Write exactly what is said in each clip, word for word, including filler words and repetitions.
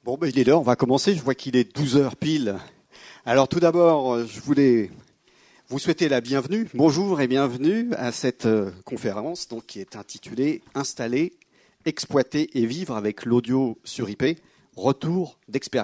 Bon, ben, il est l'heure, on va commencer. Je vois qu'il est douze heures pile. Alors tout d'abord, je voulais vous souhaiter la bienvenue. Bonjour et bienvenue à cette conférence donc, qui est intitulée « Installer, exploiter et vivre avec l'audio sur I P, retour d'expérience ».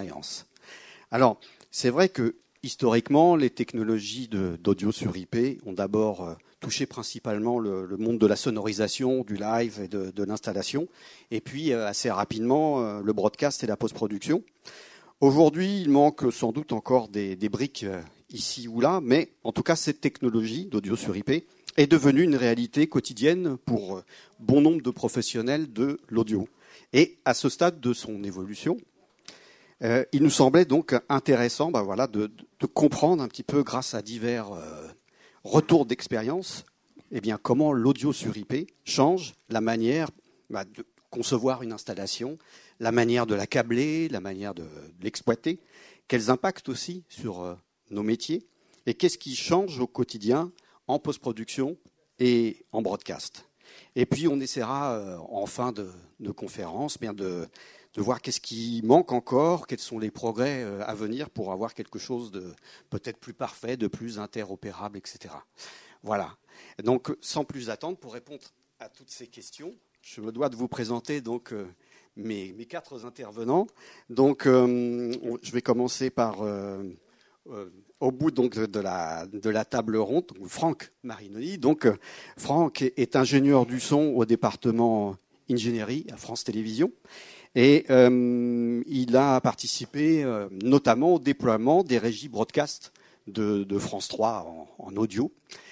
Alors, c'est vrai que historiquement, les technologies de, d'audio sur I P ont d'abord touché principalement le, le monde de la sonorisation, du live et de, de l'installation, et puis assez rapidement le broadcast et la post-production. Aujourd'hui, il manque sans doute encore des, des briques ici ou là, mais en tout cas, cette technologie d'audio sur I P est devenue une réalité quotidienne pour bon nombre de professionnels de l'audio. Et à ce stade de son évolution, euh, il nous semblait donc intéressant ben voilà, de, de comprendre un petit peu, grâce à divers euh, retours d'expérience, eh bien, comment l'audio sur I P change la manière ben, de concevoir une installation, la manière de la câbler, la manière de, de l'exploiter, quels impacts aussi sur euh, nos métiers, et qu'est-ce qui change au quotidien en post-production et en broadcast. Et puis on essaiera euh, en fin de, de conférence bien de, de voir qu'est-ce qui manque encore, quels sont les progrès euh, à venir pour avoir quelque chose de peut-être plus parfait, de plus interopérable, et cetera. Voilà. Donc sans plus attendre, pour répondre à toutes ces questions, je me dois de vous présenter donc euh, mes, mes quatre intervenants. Donc euh, je vais commencer par euh, euh, au bout donc de la, de la table ronde, donc Franck Marinoni. Donc Franck est ingénieur du son au département ingénierie à France Télévisions. Et euh, il a participé euh, notamment au déploiement des régies broadcast de, de France trois en, en audio.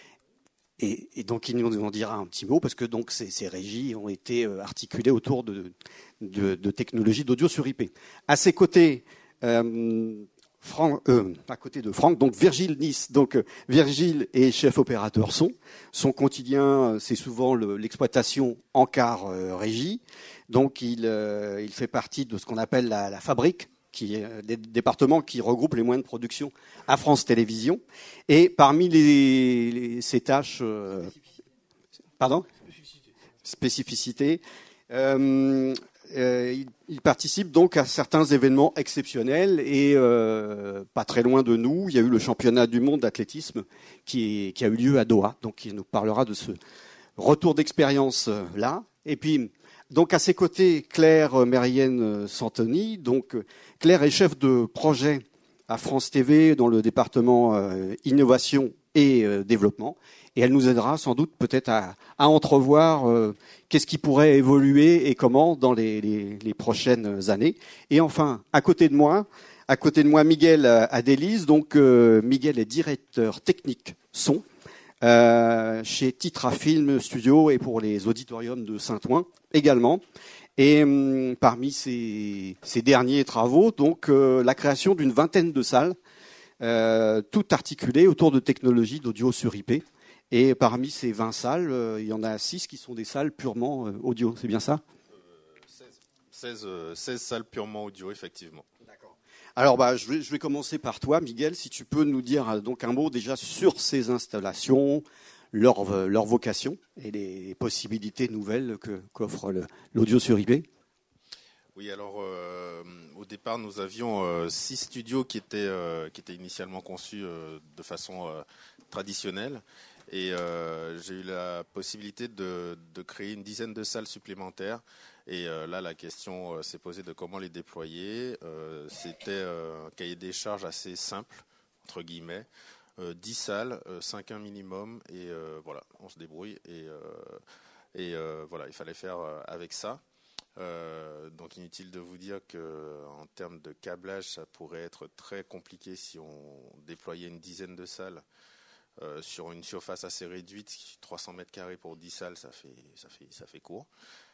Et, et donc il nous en dira un petit mot parce que donc ces, ces régies ont été articulées autour de, de, de technologies d'audio sur I P. À ses côtés, euh, Franck, euh, à côté de Franck, donc Virgile Nice. Donc Virgile est chef opérateur son. Son quotidien, c'est souvent le, l'exploitation en quart euh, régie. Donc il, euh, il fait partie de ce qu'on appelle la, la fabrique, qui est des départements qui regroupent les moyens de production à France Télévisions. Et parmi les, les, ces tâches, euh, pardon, spécificité, euh, euh, il, il participe donc à certains événements exceptionnels et euh, pas très loin de nous, il y a eu le championnat du monde d'athlétisme qui, est, qui a eu lieu à Doha. Donc il nous parlera de ce retour d'expérience là. Et puis donc à ses côtés, Claire Mérienne Santoni. Donc Claire est chef de projet à France T V dans le département euh, innovation et euh, développement. Et elle nous aidera sans doute peut-être à, à entrevoir euh, qu'est-ce qui pourrait évoluer et comment dans les, les, les prochaines années. Et enfin, à côté de moi, à côté de moi, Miguel Adéliz. Donc euh, Miguel est directeur technique son Euh, chez Titra Film Studio et pour les auditoriums de Saint-Ouen également. Et hum, parmi ces, ces derniers travaux, donc euh, la création d'une vingtaine de salles, euh, toutes articulées autour de technologies d'audio sur I P. Et parmi ces vingt salles, euh, il y en a six qui sont des salles purement euh, audio, c'est bien ça ? euh, seize, seize salles purement audio, effectivement. D'accord. Alors, bah, je vais, je vais commencer par toi, Miguel, si tu peux nous dire donc un mot déjà sur ces installations, leur, leur vocation et les possibilités nouvelles que, qu'offre le, l'audio sur I P. Oui, alors euh, au départ, nous avions euh, six studios qui étaient, euh, qui étaient initialement conçus euh, de façon euh, traditionnelle. Et euh, j'ai eu la possibilité de, de créer une dizaine de salles supplémentaires. Et euh, là, la question euh, s'est posée de comment les déployer. Euh, c'était euh, un cahier des charges assez simple, entre guillemets. Euh, dix salles, euh, cinq un minimum. Et euh, voilà, on se débrouille. Et, euh, et euh, voilà, il fallait faire euh, avec ça. Euh, donc inutile de vous dire qu'en termes de câblage, ça pourrait être très compliqué si on déployait une dizaine de salles. Euh, sur une surface assez réduite, trois cents mètres carrés pour dix salles, ça fait, ça fait, ça fait court.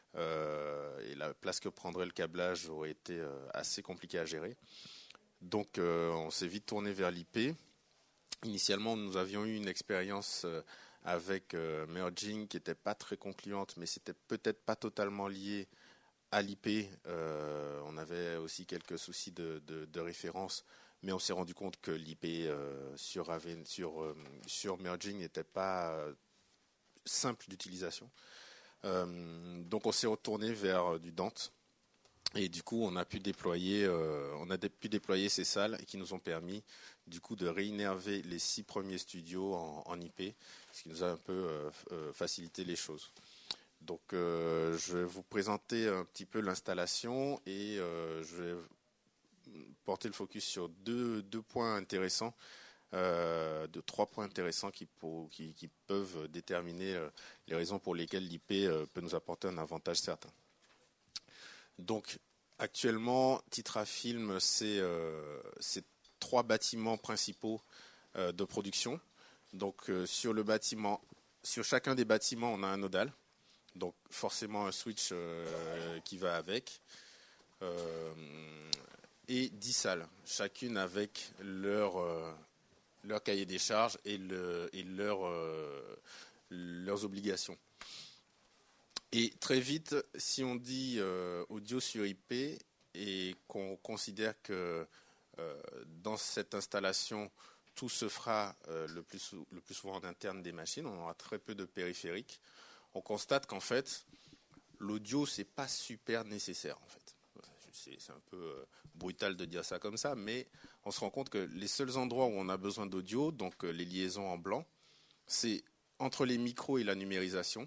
Euh, et la place que prendrait le câblage aurait été euh, assez compliquée à gérer. Donc euh, on s'est vite tourné vers l'I P. Initialement, nous avions eu une expérience euh, avec euh, Merging qui n'était pas très concluante, mais c'était peut-être pas totalement lié à l'I P. Euh, on avait aussi quelques soucis de, de, de référence. Mais on s'est rendu compte que l'I P euh, sur, Aven, sur, euh, sur Merging n'était pas euh, simple d'utilisation. Euh, donc on s'est retourné vers du Dante. Et du coup, on a pu déployer, euh, on a dé- pu déployer ces salles et qui nous ont permis, du coup, de réinnerver les six premiers studios en, en I P, ce qui nous a un peu euh, euh, facilité les choses. Donc, euh, je vais vous présenter un petit peu l'installation et euh, je vais porter le focus sur deux, deux points intéressants, euh, de trois points intéressants qui, pour, qui, qui peuvent déterminer euh, les raisons pour lesquelles l'I P euh, peut nous apporter un avantage certain. Donc, actuellement, Titrafilm, c'est euh, trois bâtiments principaux euh, de production. Donc, euh, sur le bâtiment, sur chacun des bâtiments, on a un nodal. Donc, forcément, un switch euh, qui va avec. Euh, et dix salles, chacune avec leur, euh, leur cahier des charges et, le, et leur, euh, leurs obligations. Et très vite, si on dit euh, audio sur I P et qu'on considère que euh, dans cette installation, tout se fera euh, le, plus, le plus souvent en interne des machines, on aura très peu de périphériques, on constate qu'en fait, l'audio, c'est pas super nécessaire en fait. C'est un peu euh, brutal de dire ça comme ça, mais on se rend compte que les seuls endroits où on a besoin d'audio, donc euh, les liaisons en blanc, c'est entre les micros et la numérisation,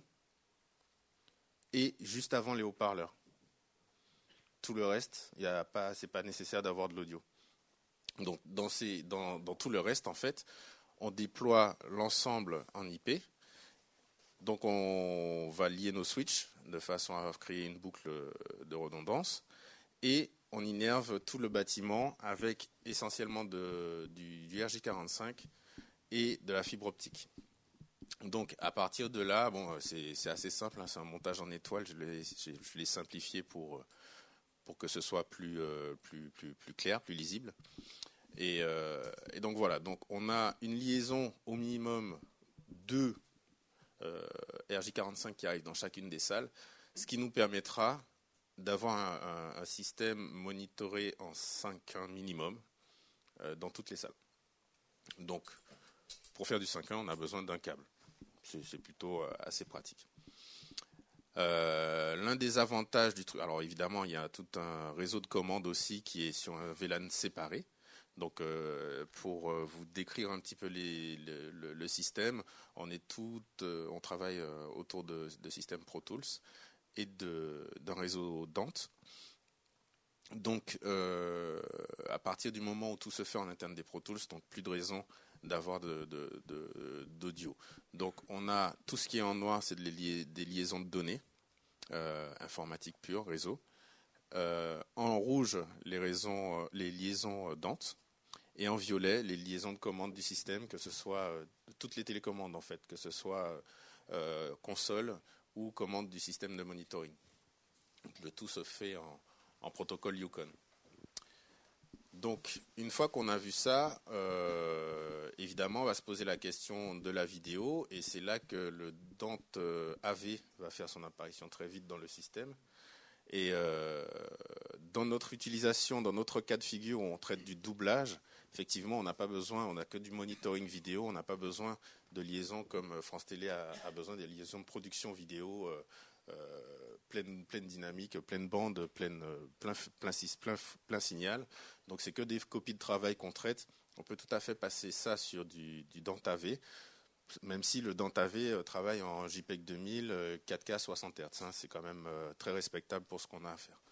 et juste avant les haut-parleurs. Tout le reste, ce n'est pas, pas nécessaire d'avoir de l'audio. Donc dans, ces, dans, dans tout le reste, en fait, on déploie l'ensemble en I P. Donc on va lier nos switches de façon à créer une boucle de redondance. Et on innerve tout le bâtiment avec essentiellement de, du, du R J quarante-cinq et de la fibre optique. Donc à partir de là, bon, c'est assez simple, hein, c'est un montage en étoile, je l'ai simplifié pour, pour que ce soit plus, euh, plus, plus, plus clair, plus lisible. Et, euh, et donc voilà, donc on a une liaison au minimum de euh, R J quarante-cinq qui arrive dans chacune des salles, ce qui nous permettra d'avoir un, un, un système monitoré en cinq un minimum euh, dans toutes les salles. Donc pour faire du cinq un, on a besoin d'un câble. C'est plutôt assez pratique. Euh, L'un des avantages du truc, alors évidemment, il y a tout un réseau de commandes aussi qui est sur un V LAN séparé. Donc, euh, pour euh, vous décrire un petit peu les, le, le, le système, on est tout, euh, on travaille euh, autour de, de systèmes Pro Tools et d'un réseau Dante. Donc, euh, à partir du moment où tout se fait en interne des Pro Tools, donc plus de raison d'avoir de, de, de, d'audio. Donc on a tout ce qui est en noir, c'est de lia des liaisons de données, euh, informatique pure, réseau. Euh, en rouge, les, raisons, les liaisons Dante. Et en violet, les liaisons de commande du système, que ce soit euh, toutes les télécommandes en fait, que ce soit euh, console ou commande du système de monitoring. Donc, le tout se fait en, en protocole Yukon. Donc, une fois qu'on a vu ça, euh, évidemment, on va se poser la question de la vidéo, et c'est là que le Dante A V va faire son apparition très vite dans le système. Et euh, dans notre utilisation, dans notre cas de figure où on traite du doublage, effectivement, on n'a pas besoin, on n'a que du monitoring vidéo, on n'a pas besoin de liaisons comme France Télé a, a besoin des liaisons de production vidéo. Euh, Euh, pleine, pleine dynamique, pleine bande, pleine, plein, plein, plein, plein signal. Donc c'est que des copies de travail qu'on traite. On peut tout à fait passer ça sur du, du Dante A V, même si le Dante A V travaille en JPEG deux mille, quatre K soixante hertz. Hein, c'est quand même très respectable pour ce qu'on a à faire.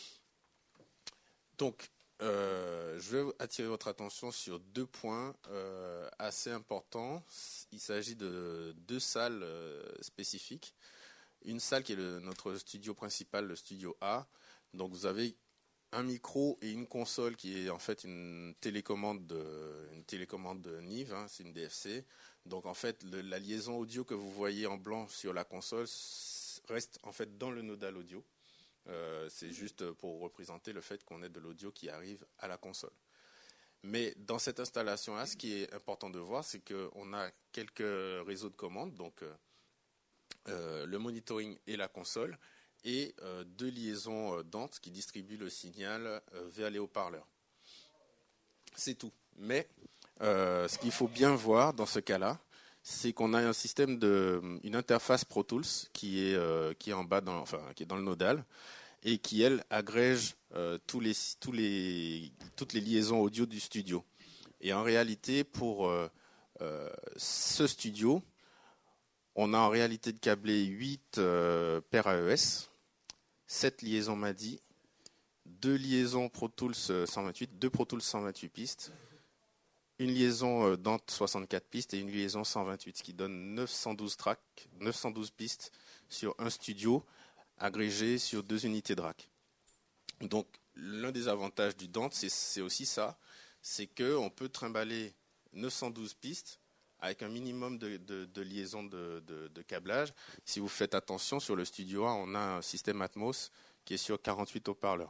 Donc, euh, je vais attirer votre attention sur deux points euh, assez importants. Il s'agit de deux salles euh, spécifiques. Une salle qui est le, notre studio principal, le studio A. Donc vous avez un micro et une console qui est en fait une télécommande de, une télécommande de Nive, hein, c'est une D F C. Donc en fait le, la liaison audio que vous voyez en blanc sur la console reste en fait dans le nodal audio. Euh, c'est juste pour représenter le fait qu'on ait de l'audio qui arrive à la console. Mais dans cette installation-là, ce qui est important de voir, c'est qu'on a quelques réseaux de commandes, donc Euh, le monitoring et la console, et euh, deux liaisons euh, Dante qui distribuent le signal euh, vers les haut-parleurs. C'est tout. Mais euh, ce qu'il faut bien voir dans ce cas-là, c'est qu'on a un système de, une interface Pro Tools qui est, euh, qui est en bas, dans, enfin qui est dans le nodal, et qui, elle, agrège euh, tous les, tous les, toutes les liaisons audio du studio. Et en réalité, pour euh, euh, ce studio, on a en réalité de câblé huit euh, paires A E S, sept liaisons M A D I, deux liaisons Pro Tools cent vingt-huit, deux Pro Tools cent vingt-huit pistes, une liaison euh, Dante soixante-quatre pistes et une liaison cent vingt-huit, ce qui donne neuf cent douze tracks, neuf cent douze pistes sur un studio agrégé sur deux unités de rack. Donc l'un des avantages du Dante, c'est, c'est aussi ça, c'est qu'on peut trimballer neuf cent douze pistes avec un minimum de, de, de liaison de, de, de câblage. Si vous faites attention, sur le Studio un, on a un système Atmos qui est sur quarante-huit haut-parleurs.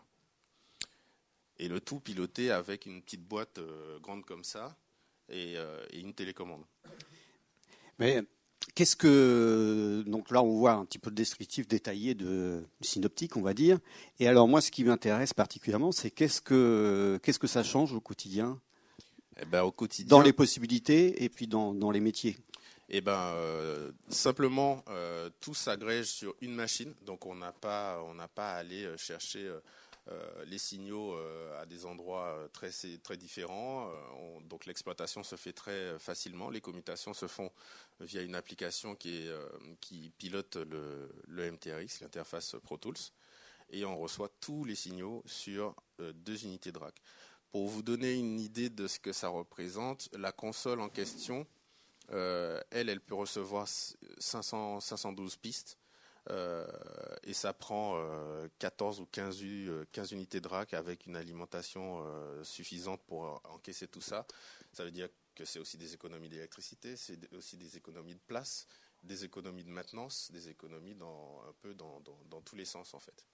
Et le tout piloté avec une petite boîte euh, grande comme ça et, euh, et une télécommande. Mais qu'est-ce que... Donc là, on voit un petit peu le descriptif détaillé de Synoptic, on va dire. Et alors moi, ce qui m'intéresse particulièrement, c'est qu'est-ce que, qu'est-ce que ça change au quotidien ? Eh ben, au quotidien, dans les possibilités et puis dans, dans les métiers. Eh ben, euh, simplement, euh, tout s'agrège sur une machine, donc on n'a pas, on n'a pas à aller chercher euh, les signaux euh, à des endroits très, très différents. Euh, on, donc l'exploitation se fait très facilement. Les commutations se font via une application qui, est, euh, qui pilote le, le M T R X, l'interface Pro Tools, et on reçoit tous les signaux sur euh, deux unités de rack. Pour vous donner une idée de ce que ça représente, la console en question, euh, elle, elle peut recevoir cinq cents, cinq cent douze pistes euh, et ça prend euh, quatorze ou quinze, quinze unités de rack avec une alimentation euh, suffisante pour encaisser tout ça. Ça veut dire que c'est aussi des économies d'électricité, c'est aussi des économies de place, des économies de maintenance, des économies dans, un peu dans, dans, dans tous les sens en fait.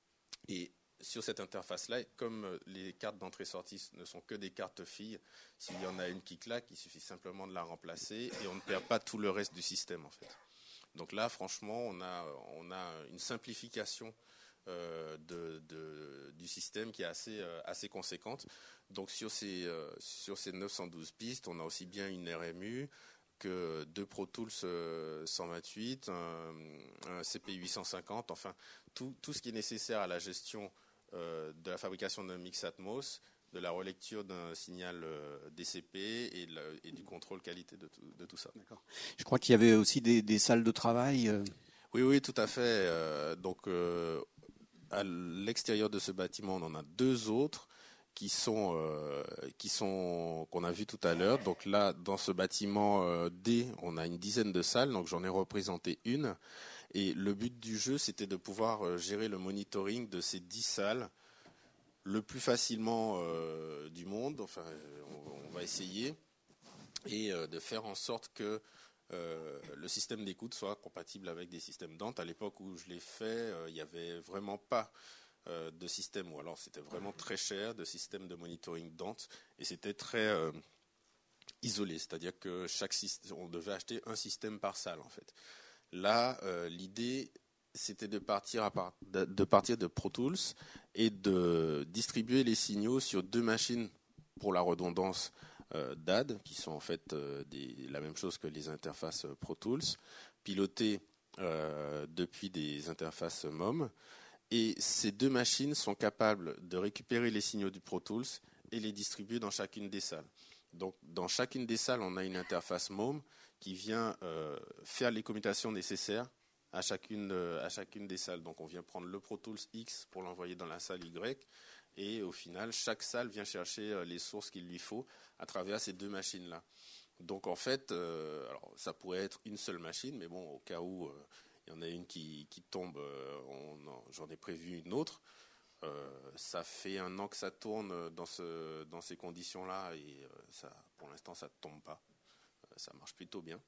Et sur cette interface-là, comme les cartes d'entrée-sortie ne sont que des cartes filles, s'il y en a une qui claque, il suffit simplement de la remplacer et on ne perd pas tout le reste du système en fait. Donc là, franchement, on a, on a une simplification euh, de, de, du système qui est assez, euh, assez conséquente. Donc sur ces, euh, sur ces neuf cent douze pistes, on a aussi bien une R M U que deux Pro Tools euh, cent vingt-huit, un, un C P huit cent cinquante, enfin tout, tout ce qui est nécessaire à la gestion euh, de la fabrication d'un mix Atmos, de la relecture d'un signal euh, D C P et, la, et du contrôle qualité de tout, de tout ça. D'accord. Je crois qu'il y avait aussi des, des salles de travail. Euh... Oui, oui, tout à fait. Euh, donc, euh, à l'extérieur de ce bâtiment, on en a deux autres qui sont, euh, qui sont qu'on a vu tout à l'heure. Donc là, dans ce bâtiment euh, D, on a une dizaine de salles. Donc j'en ai représenté une. Et le but du jeu, c'était de pouvoir euh, gérer le monitoring de ces dix salles le plus facilement euh, du monde. Enfin, on, on va essayer et euh, de faire en sorte que euh, le système d'écoute soit compatible avec des systèmes Dante. À l'époque où je l'ai fait, euh, il n'y avait vraiment pas euh, de système, ou alors c'était vraiment très cher, de système de monitoring Dante, et c'était très euh, isolé, c'est-à-dire que chaque système, on devait acheter un système par salle en fait. Là, euh, l'idée, c'était de partir, à part, de, de partir de Pro Tools et de distribuer les signaux sur deux machines pour la redondance euh, D A D, qui sont en fait euh, des, la même chose que les interfaces Pro Tools, pilotées euh, depuis des interfaces M O M. Et ces deux machines sont capables de récupérer les signaux du Pro Tools et les distribuer dans chacune des salles. Donc, dans chacune des salles, on a une interface M O M qui vient euh, faire les commutations nécessaires à chacune, euh, à chacune des salles. Donc on vient prendre le Pro Tools X pour l'envoyer dans la salle Y, et au final, chaque salle vient chercher euh, les sources qu'il lui faut à travers ces deux machines-là. Donc en fait, euh, alors, ça pourrait être une seule machine, mais bon, au cas où euh, il y en a une qui, qui tombe, euh, on en, j'en ai prévu une autre. Euh, ça fait un an que ça tourne dans, ce, dans ces conditions-là, et euh, ça, pour l'instant, ça ne tombe pas. Ça marche plutôt bien.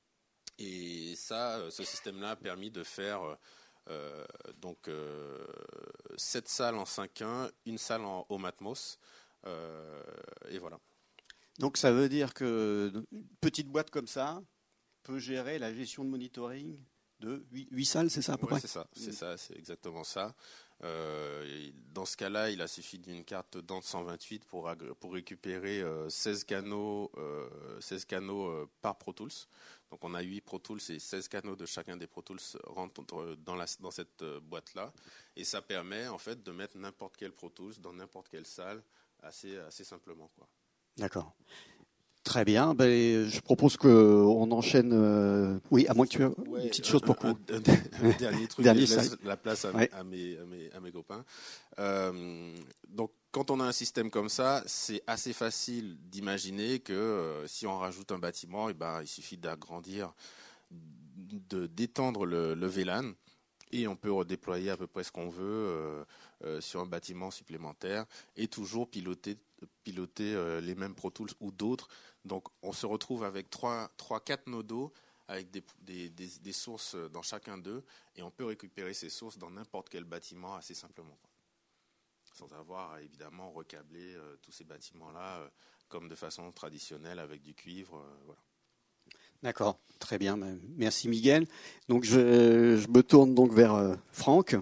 Et ça, ce système-là a permis de faire euh, donc euh, sept salles en cinq un, une salle en Home Atmos, euh, et voilà. Donc ça veut dire que une petite boîte comme ça peut gérer la gestion de monitoring de huit salles, c'est ça à peu ouais, près ? C'est ça, c'est ça, c'est exactement ça. Euh, dans ce cas-là, il a suffi d'une carte Dante cent vingt-huit pour, pour récupérer euh, seize canaux, euh, seize canaux euh, par Pro Tools. Donc on a huit Pro Tools et seize canaux de chacun des Pro Tools rentrent dans, la, dans cette boîte-là. Et ça permet en fait de mettre n'importe quel Pro Tools dans n'importe quelle salle assez, assez simplement, quoi. D'accord. Très bien. Ben, je propose qu'on enchaîne. Euh... Oui, à moins que tu aies ouais, une petite chose pour un, coup. Un, un, un dernier truc, dernier je laisse la place à, ouais. à, mes, à, mes, à mes copains. Euh, donc, quand on a un système comme ça, c'est assez facile d'imaginer que euh, si on rajoute un bâtiment, eh ben, il suffit d'agrandir, de, d'étendre le, le V LAN. Et on peut redéployer à peu près ce qu'on veut euh, euh, sur un bâtiment supplémentaire et toujours piloter, piloter euh, les mêmes Pro Tools ou d'autres. Donc on se retrouve avec trois, quatre nodos avec des, des, des, des sources dans chacun d'eux et on peut récupérer ces sources dans n'importe quel bâtiment assez simplement, quoi. Sans avoir évidemment recablé euh, tous ces bâtiments-là euh, comme de façon traditionnelle avec du cuivre. Euh, voilà. D'accord, très bien, merci Miguel. Donc je, je me tourne donc vers euh, Franck.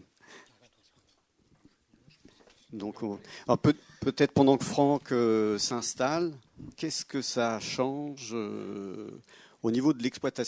Donc, on, alors peut, peut-être pendant que Franck euh, s'installe, qu'est-ce que ça change euh, au niveau de l'exploitation ?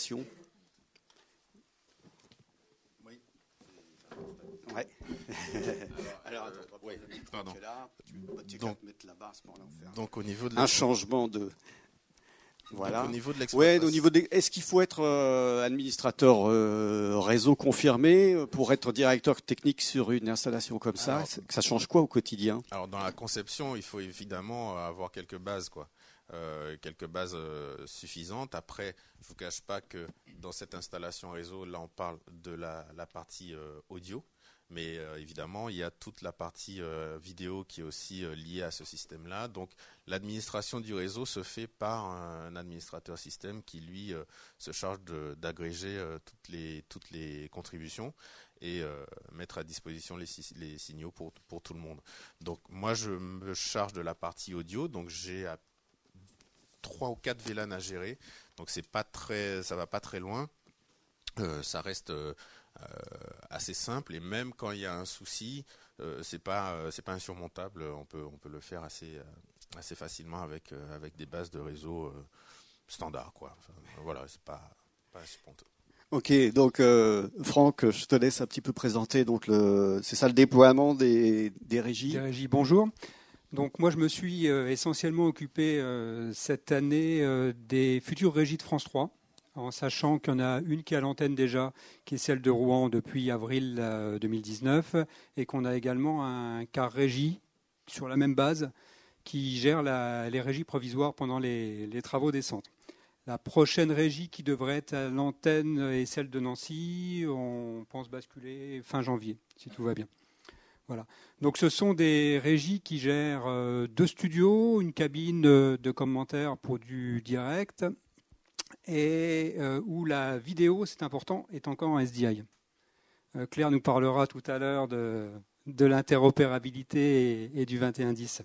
Oui. Ouais. Alors, attends, euh, ouais, pardon. Là, tu, tu donc, mettre là-bas à ce moment-là, on fait donc au niveau de un changement de. Voilà. Donc, au niveau de ouais, au niveau de, est-ce qu'il faut être euh, administrateur euh, réseau confirmé pour être directeur technique sur une installation comme ça? Alors, ça change quoi au quotidien? Alors dans la conception, il faut évidemment avoir quelques bases, quoi. Euh, quelques bases euh, suffisantes. Après, je vous cache pas que dans cette installation réseau, là on parle de la, la partie euh, audio. Mais euh, évidemment, il y a toute la partie euh, vidéo qui est aussi euh, liée à ce système-là. Donc, l'administration du réseau se fait par un, un administrateur système qui, lui, euh, se charge de, d'agréger euh, toutes les, toutes les contributions et euh, mettre à disposition les, les signaux pour, pour tout le monde. Donc, moi, je me charge de la partie audio. Donc, j'ai à trois ou quatre V LAN à gérer. Donc, c'est pas très, ça va pas très loin. Euh, ça reste... Euh, Euh, assez simple et même quand il y a un souci, euh, c'est pas euh, c'est pas insurmontable. On peut on peut le faire assez euh, assez facilement avec euh, avec des bases de réseau euh, standard, quoi. Enfin, voilà, c'est pas pas insurmontable. Ok, donc euh, Franck, je te laisse un petit peu présenter. Donc le c'est ça le déploiement des des régies. Des régies. Bonjour. Donc moi je me suis euh, essentiellement occupé euh, cette année euh, des futures régies de France trois. En sachant qu'il y en a une qui est à l'antenne déjà, qui est celle de Rouen depuis avril deux mille dix-neuf, et qu'on a également un car régie sur la même base qui gère la, les régies provisoires pendant les, les travaux des centres. La prochaine régie qui devrait être à l'antenne est celle de Nancy. On pense basculer fin janvier, si tout va bien. Voilà. Donc ce sont des régies qui gèrent deux studios, une cabine de commentaires pour du direct, et euh, où la vidéo, c'est important, est encore en S D I. Euh, Claire nous parlera tout à l'heure de, de l'interopérabilité et, et du vingt et un dix.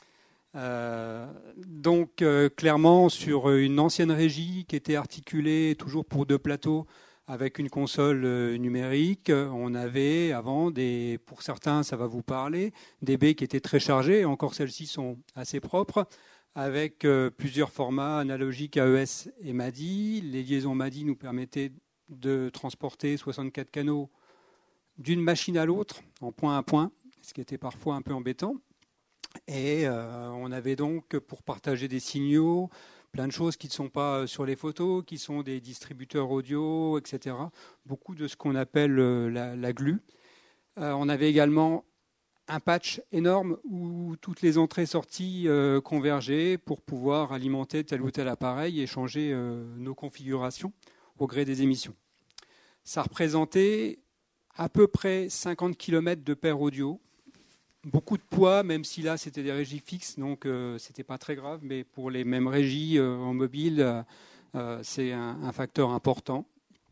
Euh, donc euh, clairement, sur une ancienne régie qui était articulée toujours pour deux plateaux avec une console euh, numérique, on avait avant, des, pour certains ça va vous parler, des baies qui étaient très chargées, encore celles-ci sont assez propres, avec euh, plusieurs formats analogiques A E S et M A D I. Les liaisons M A D I nous permettaient de transporter soixante-quatre canaux d'une machine à l'autre, en point à point, ce qui était parfois un peu embêtant. Et euh, on avait donc, pour partager des signaux, plein de choses qui ne sont pas sur les photos, qui sont des distributeurs audio, et cetera. Beaucoup de ce qu'on appelle euh, la, la G L U. Euh, on avait également un patch énorme où toutes les entrées-sorties euh, convergeaient pour pouvoir alimenter tel ou tel appareil et changer euh, nos configurations au gré des émissions. Ça représentait à peu près cinquante kilomètres de paire audio. Beaucoup de poids, même si là c'était des régies fixes, donc euh, c'était pas très grave, mais pour les mêmes régies euh, en mobile, euh, c'est un, un facteur important.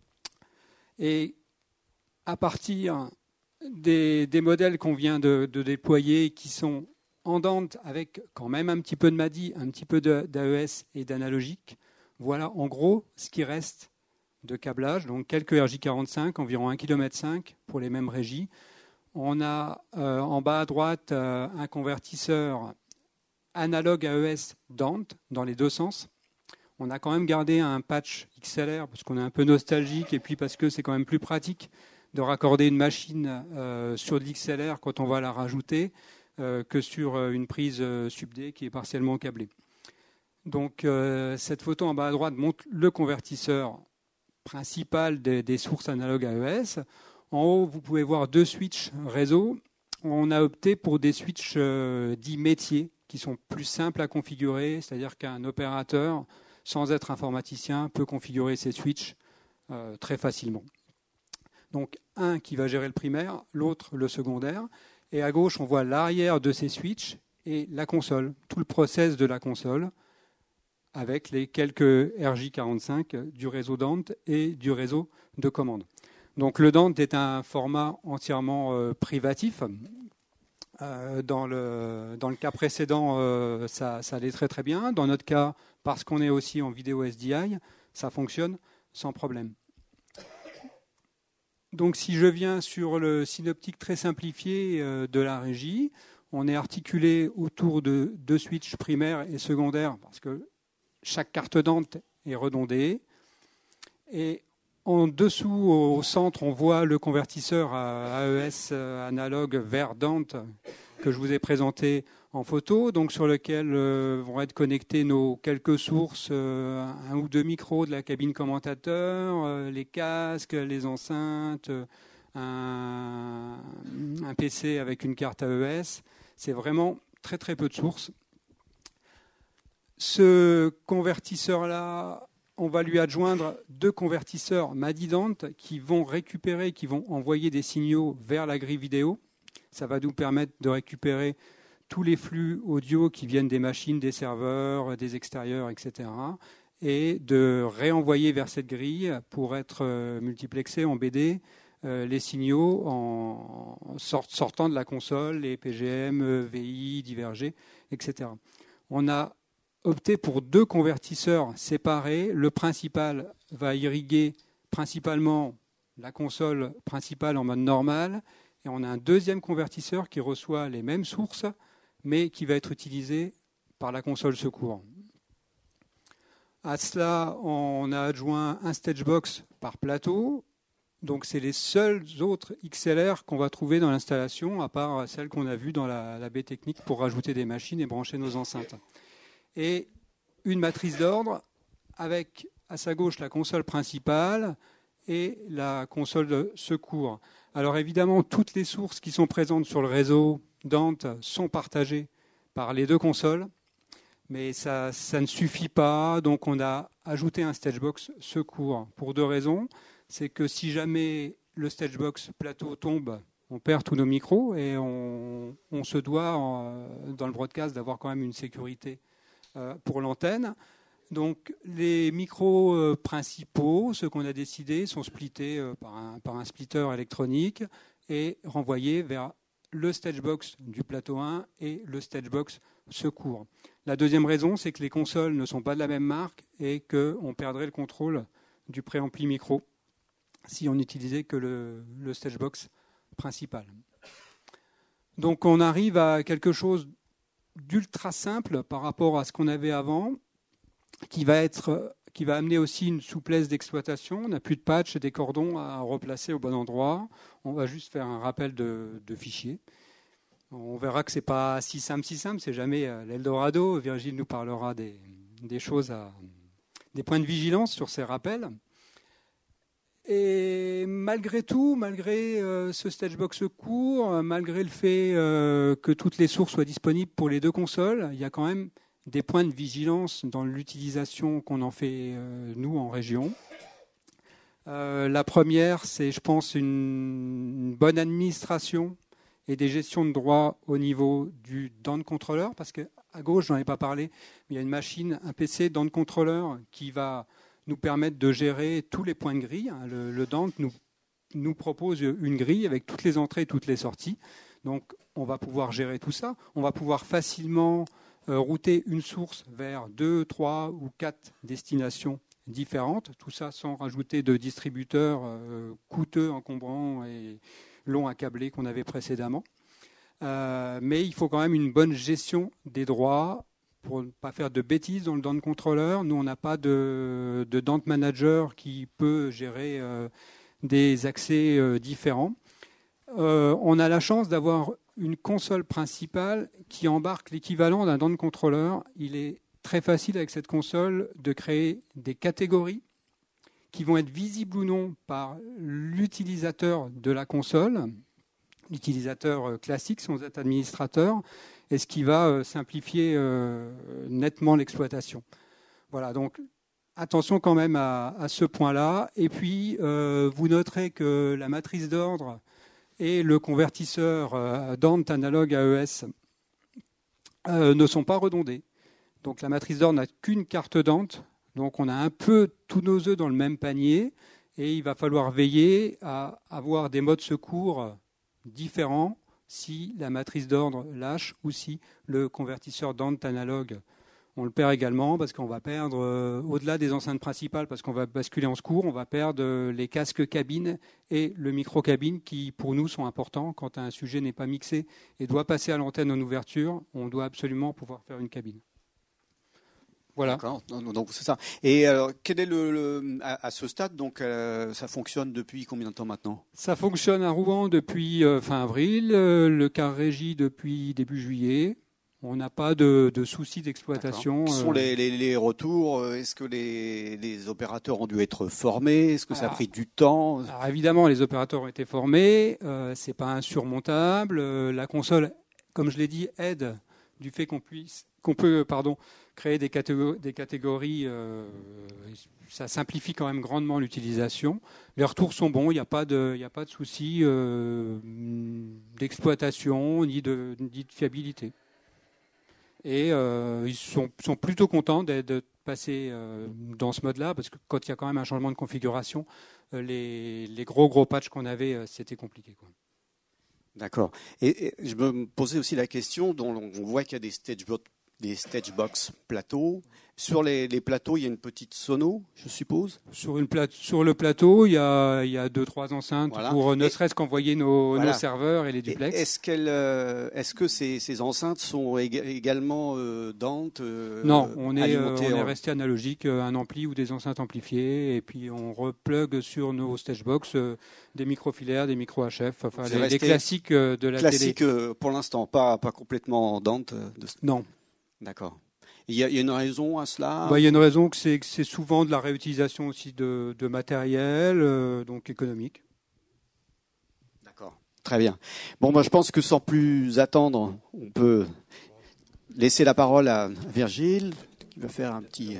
Et à partir Des, des modèles qu'on vient de, de déployer qui sont en Dante avec quand même un petit peu de M A D I, un petit peu d'A E S et d'analogique. Voilà en gros ce qui reste de câblage. Donc quelques R J quarante-cinq, environ un virgule cinq kilomètre pour les mêmes régies. On a euh, en bas à droite euh, un convertisseur analogue A E S Dante dans les deux sens. On a quand même gardé un patch X L R parce qu'on est un peu nostalgique et puis parce que c'est quand même plus pratique de raccorder une machine euh, sur de l'X L R quand on va la rajouter euh, que sur une prise euh, Sub D qui est partiellement câblée. Donc euh, cette photo en bas à droite montre le convertisseur principal des, des sources analogues A E S. En haut, vous pouvez voir deux switches réseau. On a opté pour des switches euh, dits métiers qui sont plus simples à configurer, c'est-à-dire qu'un opérateur, sans être informaticien, peut configurer ces switches euh, très facilement. Donc un qui va gérer le primaire, l'autre le secondaire. Et à gauche, on voit l'arrière de ces switches et la console, tout le process de la console, avec les quelques R J quarante-cinq du réseau Dante et du réseau de commande. Donc le Dante est un format entièrement euh, privatif. Euh, dans, le, dans le cas précédent, euh, ça, ça allait très très bien. Dans notre cas, parce qu'on est aussi en vidéo S D I, ça fonctionne sans problème. Donc si je viens sur le synoptique très simplifié euh, de la régie, on est articulé autour de deux switches primaires et secondaires parce que chaque carte Dante est redondée. Et en dessous, au centre, on voit le convertisseur à A E S analogue vers Dante que je vous ai présenté en photo, donc sur lequel euh, vont être connectés nos quelques sources, euh, un ou deux micros de la cabine commentateur, euh, les casques, les enceintes, un, un P C avec une carte A E S. C'est vraiment très très peu de sources. Ce convertisseur-là, on va lui adjoindre deux convertisseurs MADI Dante qui vont récupérer, qui vont envoyer des signaux vers la grille vidéo. Ça va nous permettre de récupérer tous les flux audio qui viennent des machines, des serveurs, des extérieurs, et cetera, et de réenvoyer vers cette grille pour être multiplexé en B D euh, les signaux en sortant de la console, les P G M, V I, divergés, et cetera. On a opté pour deux convertisseurs séparés. Le principal va irriguer principalement la console principale en mode normal, et on a un deuxième convertisseur qui reçoit les mêmes sources, mais qui va être utilisé par la console secours. À cela, on a adjoint un Stagebox par plateau. Donc, c'est les seuls autres X L R qu'on va trouver dans l'installation, à part celles qu'on a vues dans la, la baie technique pour rajouter des machines et brancher nos enceintes. Et une matrice d'ordre avec à sa gauche la console principale et la console de secours. Alors évidemment, toutes les sources qui sont présentes sur le réseau Dante sont partagées par les deux consoles, mais ça, ça ne suffit pas, donc on a ajouté un Stagebox secours pour deux raisons. C'est que si jamais le Stagebox plateau tombe, on perd tous nos micros et on, on se doit, en, dans le broadcast, d'avoir quand même une sécurité euh, pour l'antenne. Donc les micros euh, principaux, ceux qu'on a décidés, sont splittés euh, par, un, par un splitter électronique et renvoyés vers le Stagebox du plateau un et le Stagebox secours. La deuxième raison, c'est que les consoles ne sont pas de la même marque et qu'on perdrait le contrôle du préampli micro si on n'utilisait que le, le Stagebox principal. Donc on arrive à quelque chose d'ultra simple par rapport à ce qu'on avait avant, qui va, être, qui va amener aussi une souplesse d'exploitation. On n'a plus de patch et des cordons à replacer au bon endroit. On va juste faire un rappel de, de fichiers. On verra que ce n'est pas si simple, si simple. C'est jamais l'Eldorado. Virgile nous parlera des, des choses, à, des points de vigilance sur ces rappels. Et malgré tout, malgré euh, ce Stagebox court, malgré le fait euh, que toutes les sources soient disponibles pour les deux consoles, il y a quand même des points de vigilance dans l'utilisation qu'on en fait, euh, nous, en région. Euh, la première, c'est, je pense, une, une bonne administration et des gestions de droits au niveau du Dante Controller, parce qu'à gauche, je n'en ai pas parlé, mais il y a une machine, un P C Dante Controller qui va nous permettre de gérer tous les points de grille. Le, le Dante nous, nous propose une grille avec toutes les entrées et toutes les sorties. Donc, on va pouvoir gérer tout ça. On va pouvoir facilement euh, router une source vers deux, trois ou quatre destinations différentes. Tout ça sans rajouter de distributeurs euh, coûteux, encombrants et longs à câbler qu'on avait précédemment. Euh, mais il faut quand même une bonne gestion des droits pour ne pas faire de bêtises dans le Dante Controller, nous on n'a pas de, de Dante Manager qui peut gérer euh, des accès euh, différents. Euh, on a la chance d'avoir une console principale qui embarque l'équivalent d'un Dante Controller. Il est très facile avec cette console de créer des catégories qui vont être visibles ou non par l'utilisateur de la console, l'utilisateur classique sans être administrateur, et ce qui va simplifier euh, nettement l'exploitation. Voilà, donc attention quand même à, à ce point-là. Et puis, euh, vous noterez que la matrice d'ordre et le convertisseur euh, Dante analogue A E S euh, ne sont pas redondés. Donc la matrice d'ordre n'a qu'une carte Dante. Donc on a un peu tous nos œufs dans le même panier et il va falloir veiller à avoir des modes secours différents si la matrice d'ordre lâche ou si le convertisseur Dante analogue, on le perd également parce qu'on va perdre, euh, au-delà des enceintes principales, parce qu'on va basculer en secours, on va perdre euh, les casques cabines et le micro-cabine qui pour nous sont importants. Quand un sujet n'est pas mixé et doit passer à l'antenne en ouverture, on doit absolument pouvoir faire une cabine. Voilà. D'accord. Donc c'est ça. Et alors, quel est le, le à, à ce stade, donc euh, ça fonctionne depuis combien de temps maintenant? Ça fonctionne à Rouen depuis euh, fin avril, euh, le car régie depuis début juillet. On n'a pas de, de soucis d'exploitation. Quels sont les, les, les retours? Est-ce que les, les opérateurs ont dû être formés? Est-ce que ça alors, a pris du temps? Alors évidemment, les opérateurs ont été formés. Euh, c'est pas insurmontable. Euh, la console, comme je l'ai dit, aide du fait qu'on puisse, qu'on peut, pardon, créer des catégories. Des catégories euh, ça simplifie quand même grandement l'utilisation. Les retours sont bons. Il n'y a pas de, il n'y a pas de soucis euh, d'exploitation ni de, ni de fiabilité. Et euh, ils sont, sont plutôt contents d'être, de passer euh, dans ce mode-là, parce que quand il y a quand même un changement de configuration, euh, les, les gros gros patchs qu'on avait, euh, c'était compliqué, quoi. D'accord. Et, et je me posais aussi la question, dont on voit qu'il y a des stage, des stage box plateaux. Sur les, les plateaux, il y a une petite sono, je suppose. Sur, une plate- sur le plateau, il y a, il y a deux, trois enceintes voilà. pour ne et, serait-ce qu'envoyer nos, voilà. nos serveurs et les duplex. Et est-ce, qu'elle, euh, est-ce que ces, ces enceintes sont ég- également euh, Dante euh, Non, on est, euh, on en... est resté analogique, un ampli ou des enceintes amplifiées, et puis on replugue sur nos stage box euh, des micro-filaires, des micro-H F, enfin les, les classiques de la classique, télé. Classique pour l'instant, pas, pas complètement Dante. De... Non. D'accord. Il y, a, il y a une raison à cela? Bah, il y a une raison que c'est, que c'est souvent de la réutilisation aussi de, de matériel, euh, donc économique. D'accord, très bien. Bon, moi je pense que sans plus attendre, on peut laisser la parole à Virgile, qui va faire un petit...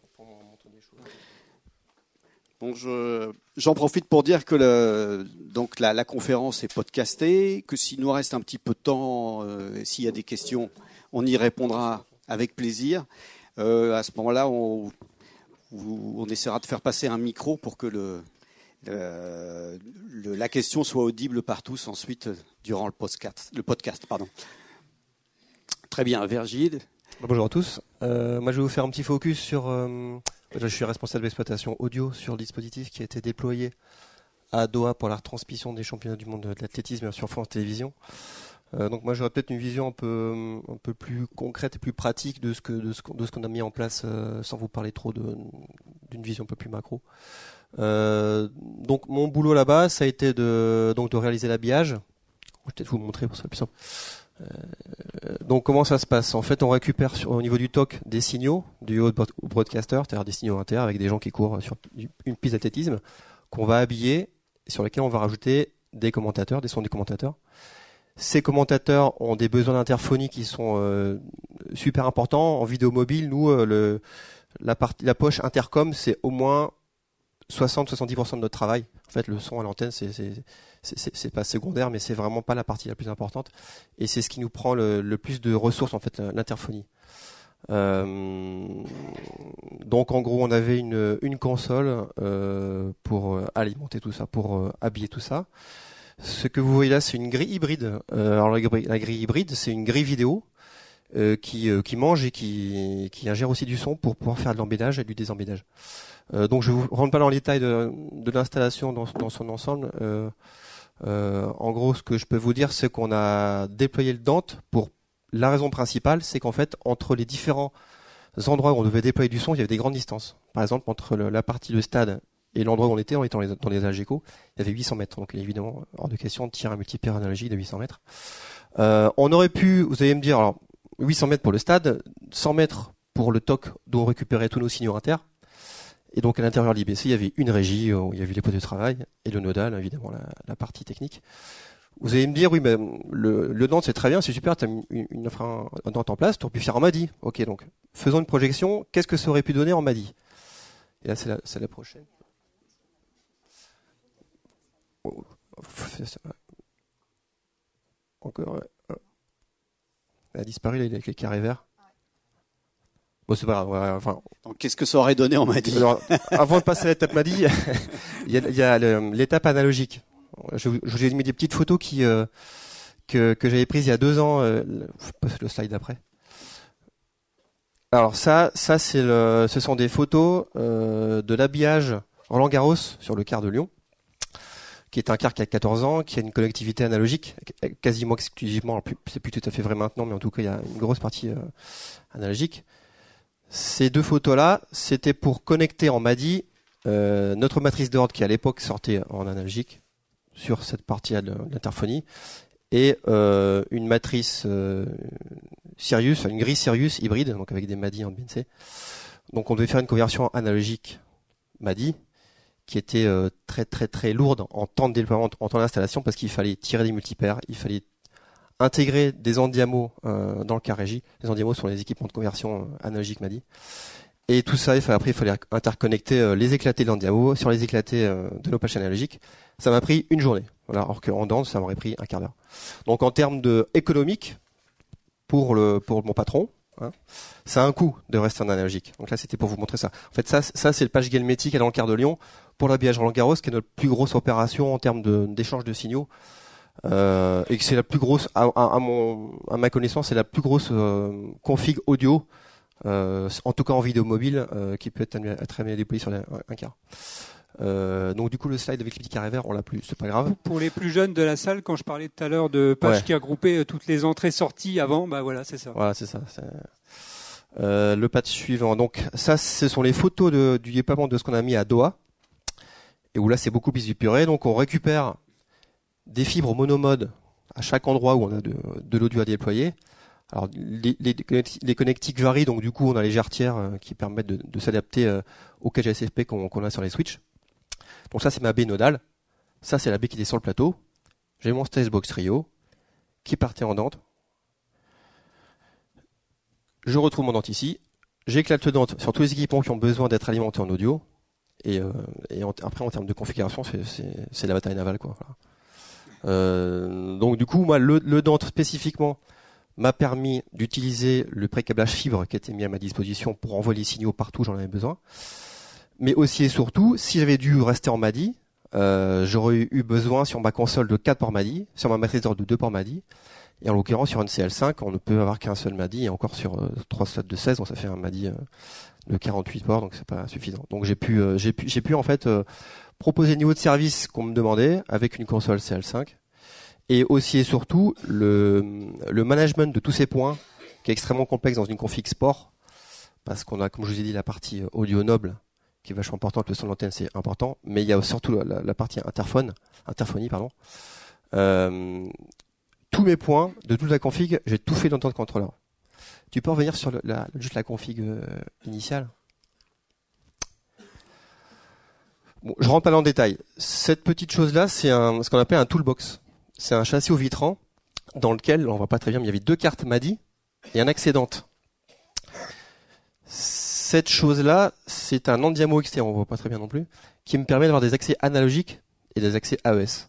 Bon, je, j'en profite pour dire que le, donc la, la conférence est podcastée, que s'il nous reste un petit peu de temps, euh, s'il y a des questions, on y répondra avec plaisir. Euh, à ce moment-là, on, on essaiera de faire passer un micro pour que le, le, le, la question soit audible par tous ensuite durant le podcast. Le podcast pardon. Très bien, Virgile. Bonjour à tous. Euh, moi, je vais vous faire un petit focus sur... Euh, je suis responsable d'exploitation audio sur le dispositif qui a été déployé à Doha pour la retransmission des championnats du monde de l'athlétisme sur France Télévisions. Euh, donc moi j'aurais peut-être une vision un peu un peu plus concrète et plus pratique de ce que de ce, de ce qu'on a mis en place euh, sans vous parler trop de d'une vision un peu plus macro. Euh, donc mon boulot là-bas ça a été de donc de réaliser l'habillage. Je vais peut-être vous montrer pour que ce soit plus simple. Euh, donc comment ça se passe? En fait on récupère sur, au niveau du T O C des signaux du haut broadcaster, c'est-à-dire des signaux inter avec des gens qui courent sur une piste d'athlétisme qu'on va habiller et sur lesquels on va rajouter des commentateurs, des sons des commentateurs. Ces commentateurs ont des besoins d'interphonie qui sont euh, super importants. En vidéo mobile, nous, euh, le, la, partie, la poche intercom, c'est au moins soixante à soixante-dix pour cent de notre travail. En fait, le son à l'antenne, c'est, c'est, c'est, c'est, c'est pas secondaire, mais c'est vraiment pas la partie la plus importante. Et c'est ce qui nous prend le, le plus de ressources, en fait, l'interphonie. Euh, donc, en gros, on avait une, une console euh, pour alimenter tout ça, pour euh, habiller tout ça. Ce que vous voyez là, c'est une grille hybride. Euh, alors la grille, la grille hybride, c'est une grille vidéo euh, qui, euh, qui mange et qui, qui ingère aussi du son pour pouvoir faire de l'embêdage et du désembêdage. Euh, donc je ne vous rentre pas dans le détail de, de l'installation dans, dans son ensemble. Euh, euh, en gros, ce que je peux vous dire, c'est qu'on a déployé le Dante pour la raison principale, c'est qu'en fait, entre les différents endroits où on devait déployer du son, il y avait des grandes distances. Par exemple, entre le, la partie de stade et l'endroit où on était, on était dans les, dans les Algeco, il y avait huit cents mètres. Donc évidemment, hors de question de tirer un multipaire analogique de huit cents mètres. Euh, on aurait pu, vous allez me dire, alors huit cents mètres pour le stade, cent mètres pour le T O C d'où on récupérait tous nos signaux inter. Et donc à l'intérieur de l'I B C, il y avait une régie où il y avait les postes de travail et le nodal, évidemment la, la partie technique. Vous allez me dire, oui, mais le, le Nantes c'est très bien, c'est super, tu as mis une, une infra Nantes en place, tu aurais pu faire en Madi. Ok, donc faisons une projection, qu'est-ce que ça aurait pu donner en Madi? Et là c'est la, c'est la prochaine. Oh, encore, ouais. Elle a disparu là, avec les carrés verts. Bon, c'est pas grave. Ouais, enfin, donc, qu'est-ce que ça aurait donné en Madi? Alors, avant de passer à l'étape Madi, il y a, il y a le, l'étape analogique. Je, je vous ai mis des petites photos qui, euh, que, que j'avais prises il y a deux ans. Euh, le, le slide d'après. Alors ça, ça c'est le, ce sont des photos euh, de l'habillage Roland Garros sur le quart de Lyon, qui est un quart qui a quatorze ans, qui a une connectivité analogique, quasiment exclusivement. Alors, c'est plus tout à fait vrai maintenant, mais en tout cas il y a une grosse partie euh, analogique. Ces deux photos-là, c'était pour connecter en Madi euh, notre matrice d'ordre qui à l'époque sortait en analogique sur cette partie de l'interphonie et euh, une matrice euh, Sirius, une grille Sirius hybride, donc avec des Madi en B N C. Donc on devait faire une conversion analogique Madi qui était euh, très très très lourde en temps de déploiement, en temps d'installation parce qu'il fallait tirer des multipaires, il fallait intégrer des endiamos euh, dans le cas régie. Les endiamos sont les équipements de conversion euh, analogique Madi. Et tout ça, il fallait, après, il fallait interconnecter euh, les éclatés de l'endiamo sur les éclatés euh, de nos patchs analogiques. Ça m'a pris une journée. Voilà, alors qu'en danse, ça m'aurait pris un quart d'heure. Donc en termes de économique, pour le pour mon patron, hein, ça a un coût de rester en analogique. Donc là, c'était pour vous montrer ça. En fait, ça, ça c'est le patch Gelmeti qui est dans le quart de Lyon pour l'habillage Roland Garros, qui est notre plus grosse opération en termes de, d'échange de signaux. Euh, et que c'est la plus grosse, à, à, à, mon, à ma connaissance, c'est la plus grosse euh, config audio, euh, en tout cas en vidéo mobile, euh, qui peut être très bien déployée sur un, un quart. Euh, donc du coup le slide avec les petits carrés verts, on l'a plus, c'est pas grave. Pour les plus jeunes de la salle, quand je parlais tout à l'heure de page ouais. qui a groupé toutes les entrées-sorties avant, bah voilà, c'est ça. Voilà, c'est ça. C'est... Euh, le patch suivant. Donc ça, ce sont les photos de, du déploiement de ce qu'on a mis à Doha, et où là c'est beaucoup plus épuré. Donc on récupère des fibres monomode à chaque endroit où on a de, de l'audio à déployer. Alors les, les, les connectiques varient, donc du coup on a les jarretières euh, qui permettent de, de s'adapter euh, au cage S F P qu'on, qu'on a sur les switches. Donc ça c'est ma baie nodale, ça c'est la baie qui était sur le plateau. J'ai mon Stacebox Trio qui partait en Dante. Je retrouve mon Dante ici, j'éclate le Dante sur tous les équipements qui ont besoin d'être alimentés en audio. Et, euh, et en, après en termes de configuration c'est, c'est, c'est la bataille navale quoi. Voilà. Euh, donc du coup moi le, le Dante spécifiquement m'a permis d'utiliser le pré-câblage fibre qui était mis à ma disposition pour envoyer les signaux partout où j'en avais besoin. Mais aussi et surtout, si j'avais dû rester en Madi, euh, j'aurais eu besoin sur ma console de quatre ports Madi, sur ma matrice d'ordre de deux ports Madi, et en l'occurrence sur une C L cinq, on ne peut avoir qu'un seul Madi, et encore sur euh, trois slots de seize, donc ça fait un Madi euh, de quarante-huit ports, donc c'est pas suffisant. Donc j'ai pu, euh, j'ai pu, j'ai pu en fait euh, proposer le niveau de service qu'on me demandait avec une console C L cinq. Et aussi et surtout le, le management de tous ces points qui est extrêmement complexe dans une config sport parce qu'on a, comme je vous ai dit, la partie audio noble qui est vachement importante, le son de l'antenne c'est important, mais il y a surtout la, la partie interphone, interphonie pardon. Euh, tous mes points de toute la config, j'ai tout fait dans le temps de contrôleur. Tu peux revenir sur le, la, juste la config euh, initiale. Bon, je rentre pas dans le détail. Cette petite chose là, c'est un, ce qu'on appelle un toolbox. C'est un châssis au vitrant dans lequel, on voit pas très bien, mais il y avait deux cartes Madi et un accès Dante. Cette chose-là, c'est un endiamo externe, on voit pas très bien non plus, qui me permet d'avoir des accès analogiques et des accès A E S.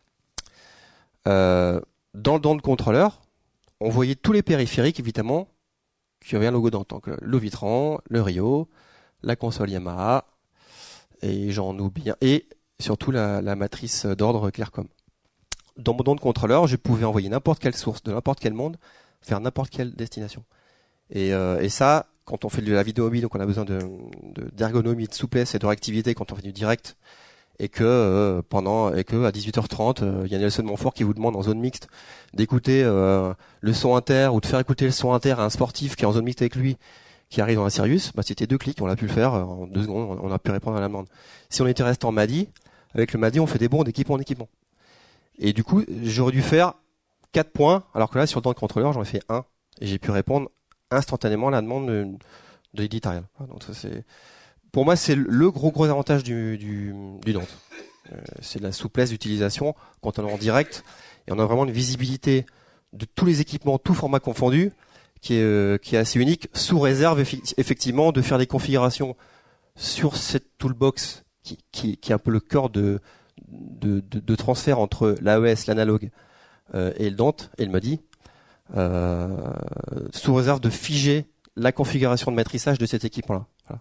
Euh, dans le Dante contrôleur, on voyait tous les périphériques, évidemment, qui avaient un logo Dante. Donc le Vitran, le Rio, la console Yamaha, et j'en oublie un, et surtout la, la matrice d'ordre Clearcom. Dans mon Dante contrôleur, je pouvais envoyer n'importe quelle source de n'importe quel monde vers n'importe quelle destination. Et, euh, et ça, quand on fait de la vidéo mobile, donc on a besoin de, de, d'ergonomie, de souplesse et de réactivité quand on fait du direct et que euh, pendant et que à dix-huit heures trente, il euh, y a Nelson Montfort qui vous demande en zone mixte d'écouter euh, le son inter ou de faire écouter le son inter à un sportif qui est en zone mixte avec lui, qui arrive dans la Sirius, bah c'était deux clics, on l'a pu le faire en deux secondes, on a pu répondre à la demande. Si on était resté en Madi, avec le Madi, on fait des bons d'équipement en équipement. Et du coup, j'aurais dû faire quatre points, alors que là, sur le temps de contrôleur, j'en ai fait un. Et j'ai pu répondre instantanément à la demande de, de l'éditorial. Donc ça, c'est, pour moi, c'est le gros gros avantage du, du, du Nantes. Euh, c'est la souplesse d'utilisation quand on est en direct. Et on a vraiment une visibilité de tous les équipements, tout format confondu, qui est, euh, qui est assez unique, sous réserve effectivement de faire des configurations sur cette toolbox qui, qui, qui est un peu le cœur de, de, de, de transfert entre l'A E S, l'analogue euh, et le Dante et le Madi, euh, sous réserve de figer la configuration de maîtrisage de cet équipement-là. Voilà.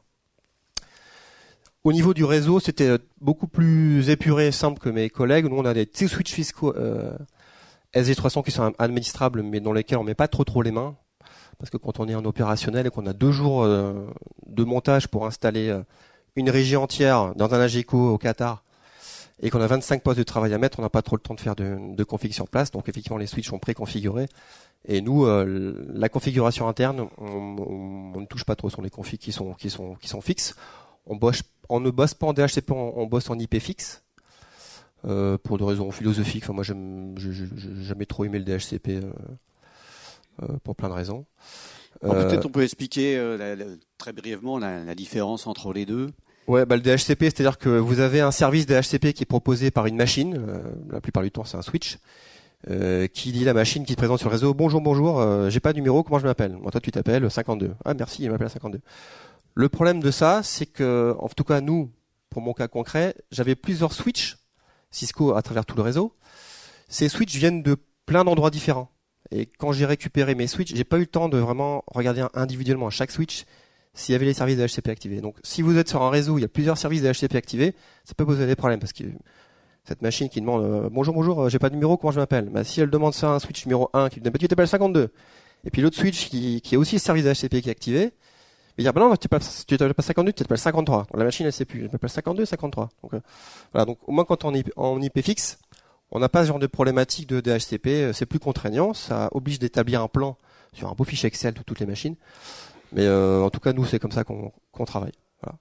Au niveau du réseau, c'était beaucoup plus épuré et simple que mes collègues. Nous, on a des petits switches fiscaux euh, S G trois cents qui sont administrables, mais dans lesquels on met pas trop trop les mains. Parce que quand on est en opérationnel et qu'on a deux jours euh, de montage pour installer euh, une régie entière dans un Ageco au Qatar et qu'on a vingt-cinq postes de travail à mettre, on n'a pas trop le temps de faire de, de config sur place. Donc effectivement, les switches sont préconfigurés. Et nous, euh, la configuration interne, on, on, on ne touche pas trop sur les configs qui sont qui sont qui sont fixes. On bosse, on ne bosse pas en D H C P, on, on bosse en I P fixe euh, pour des raisons philosophiques. Enfin, moi, j'aime, je, je, j'ai jamais trop aimé le D H C P. Euh, Euh, pour plein de raisons. Alors, euh, peut-être on peut expliquer euh, la, la, très brièvement la, la différence entre les deux. Ouais, bah le D H C P, c'est-à-dire que vous avez un service D H C P qui est proposé par une machine, euh, la plupart du temps c'est un switch, euh, qui dit la machine qui se présente sur le réseau, bonjour, bonjour, euh, j'ai pas de numéro, comment je m'appelle? Moi, toi tu t'appelles cinquante-deux. Ah merci, il m'appelle cinquante-deux. Le problème de ça, c'est que, en tout cas nous, pour mon cas concret, j'avais plusieurs switches Cisco à travers tout le réseau. Ces switches viennent de plein d'endroits différents. Et quand j'ai récupéré mes switches, j'ai pas eu le temps de vraiment regarder individuellement à chaque switch s'il y avait les services D H C P activés. Donc, si vous êtes sur un réseau où il y a plusieurs services D H C P activés, ça peut poser des problèmes parce que cette machine qui demande euh, bonjour, bonjour, euh, j'ai pas de numéro, comment je m'appelle? Bah, si elle demande ça à un switch numéro un qui dit bah, tu t'appelles cinquante-deux. Et puis l'autre switch qui, qui a aussi le service D H C P qui est activé, il dit bah non, tu t'appelles pas cinquante-deux, tu t'appelles cinquante-trois. Donc, la machine elle sait plus, elle m'appelle cinquante-deux, cinquante-trois. Donc, euh, voilà. Donc, au moins quand on est en I P fixe, on n'a pas ce genre de problématique de D H C P, c'est plus contraignant, ça oblige d'établir un plan sur un beau fichier Excel de toutes les machines. Mais euh, en tout cas, nous, c'est comme ça qu'on, qu'on travaille. Voilà.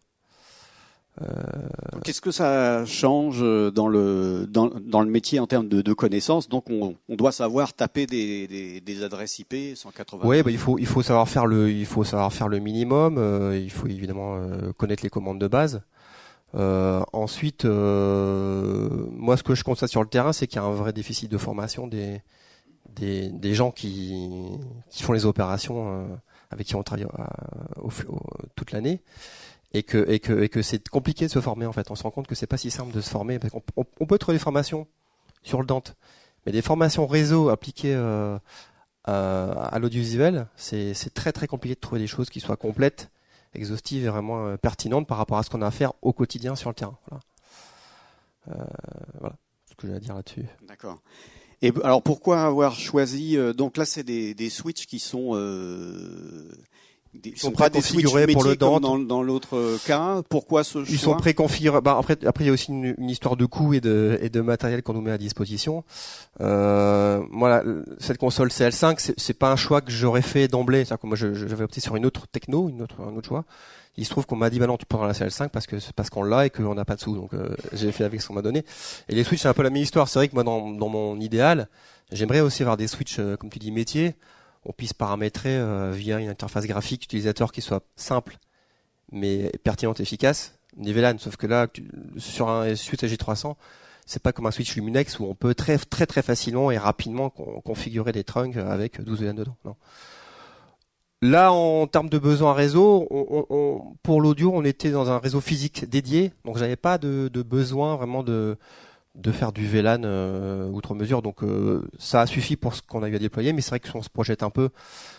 Euh... Qu'est-ce que ça change dans le dans, dans le métier en termes de, de connaissances? Donc, on, on doit savoir taper des, des, des adresses I P cent quatre-vingts. Oui, bah, il faut il faut savoir faire le il faut savoir faire le minimum. Euh, il faut évidemment euh, connaître les commandes de base. Euh, ensuite, euh, moi, ce que je constate sur le terrain, c'est qu'il y a un vrai déficit de formation des des, des gens qui qui font les opérations euh, avec qui on travaille euh, au, au, toute l'année, et que et que et que c'est compliqué de se former en fait. On se rend compte que c'est pas si simple de se former parce qu'on on, on peut trouver des formations sur le Dante, mais des formations réseau appliquées euh, à, à l'audiovisuel, c'est c'est très très compliqué de trouver des choses qui soient complètes, exhaustive et vraiment euh, pertinente par rapport à ce qu'on a à faire au quotidien sur le terrain. Voilà, euh, voilà ce que j'ai à dire là-dessus. D'accord. Et alors pourquoi avoir choisi euh, donc là c'est des, des switches qui sont euh, des, ils sont, sont pas des switches métiers pour le Dante. Dans, dans l'autre cas. Pourquoi ce choix? Ils sont préconfigurés. Bah après après il y a aussi une, une histoire de coût et de et de matériel qu'on nous met à disposition. Euh, voilà, cette console C L cinq, c'est, c'est pas un choix que j'aurais fait d'emblée. C'est-à-dire que moi je, j'avais opté sur une autre techno, une autre un autre choix. Il se trouve qu'on m'a dit bah non, tu prends la C L cinq parce que c'est parce qu'on l'a et qu'on n'a pas de sous. Donc euh, j'ai fait avec ce qu'on m'a donné. Et les switches c'est un peu la même histoire. C'est vrai que moi dans dans mon idéal, j'aimerais aussi avoir des switches euh, comme tu dis métier. On puisse paramétrer euh, via une interface graphique utilisateur qui soit simple mais pertinente et efficace, des V LAN. Sauf que là, tu, sur un switch A G trois cents, c'est pas comme un switch Luminex où on peut très très très facilement et rapidement con, configurer des trunks avec douze V LAN dedans. Non. Là, en termes de besoins réseau, on, on, on, pour l'audio, on était dans un réseau physique dédié, donc j'avais pas de, de besoin vraiment de de faire du V LAN euh, outre mesure. Donc euh, ça a suffi pour ce qu'on a eu à déployer, mais c'est vrai que si on se projette un peu,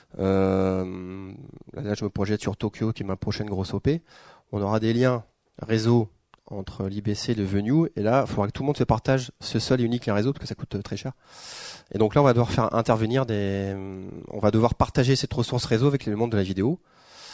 euh, là je me projette sur Tokyo qui est ma prochaine grosse O P, on aura des liens réseau entre l'I B C et le Venue, et là il faudra que tout le monde se partage ce seul et unique lien réseau parce que ça coûte très cher. Et donc là on va devoir faire intervenir des, on va devoir partager cette ressource réseau avec le monde de la vidéo.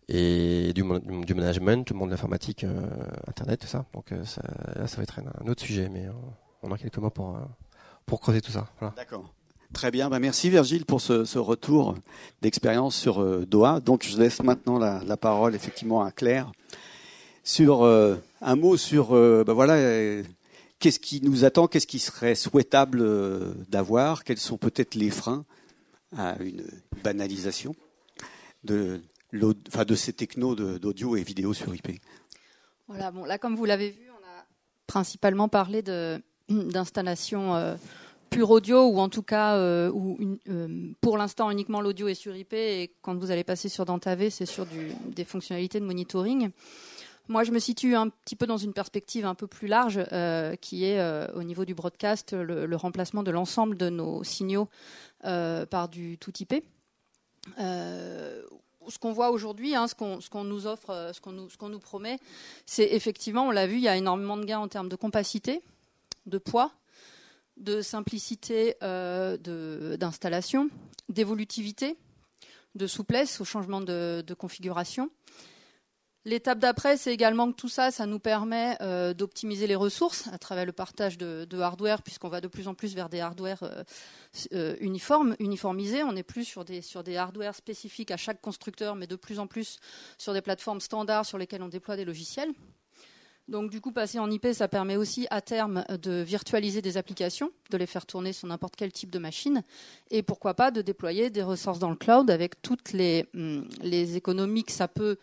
et du, du management, du monde de l'informatique, euh, Internet, tout ça. Donc euh, ça, là, ça va être un, un autre sujet, mais euh, on a quelques mots pour, euh, pour creuser tout ça. Voilà. D'accord. Très bien. Bah, merci Virgile pour ce, ce retour d'expérience sur euh, Doha. Donc je laisse maintenant la, la parole effectivement à Claire sur euh, un mot sur euh, bah, voilà euh, qu'est-ce qui nous attend, qu'est-ce qui serait souhaitable euh, d'avoir, quels sont peut-être les freins à une banalisation de Enfin, de ces technos d'audio et vidéo sur I P. Voilà, bon, là, comme vous l'avez vu, on a principalement parlé d'installation euh, pure audio, ou en tout cas, euh, où une, euh, pour l'instant, uniquement l'audio est sur I P, et quand vous allez passer sur Dante A V, c'est sur du, des fonctionnalités de monitoring. Moi, je me situe un petit peu dans une perspective un peu plus large, euh, qui est, euh, au niveau du broadcast, le, le remplacement de l'ensemble de nos signaux euh, par du tout I P. Euh, Ce qu'on voit aujourd'hui, hein, ce qu'on ce qu'on nous offre, ce qu'on nous, ce qu'on nous promet, c'est effectivement, on l'a vu, il y a énormément de gains en termes de compacité, de poids, de simplicité euh, de, d'installation, d'évolutivité, de souplesse au changement de, de configuration. L'étape d'après, c'est également que tout ça, ça nous permet euh, d'optimiser les ressources à travers le partage de, de hardware, puisqu'on va de plus en plus vers des hardware euh, euh, uniformes, uniformisés. On n'est plus sur des, sur des hardware spécifiques à chaque constructeur, mais de plus en plus sur des plateformes standards sur lesquelles on déploie des logiciels. Donc du coup, passer en I P, ça permet aussi à terme de virtualiser des applications, de les faire tourner sur n'importe quel type de machine, et pourquoi pas de déployer des ressources dans le cloud avec toutes les, hum, les économies que ça peut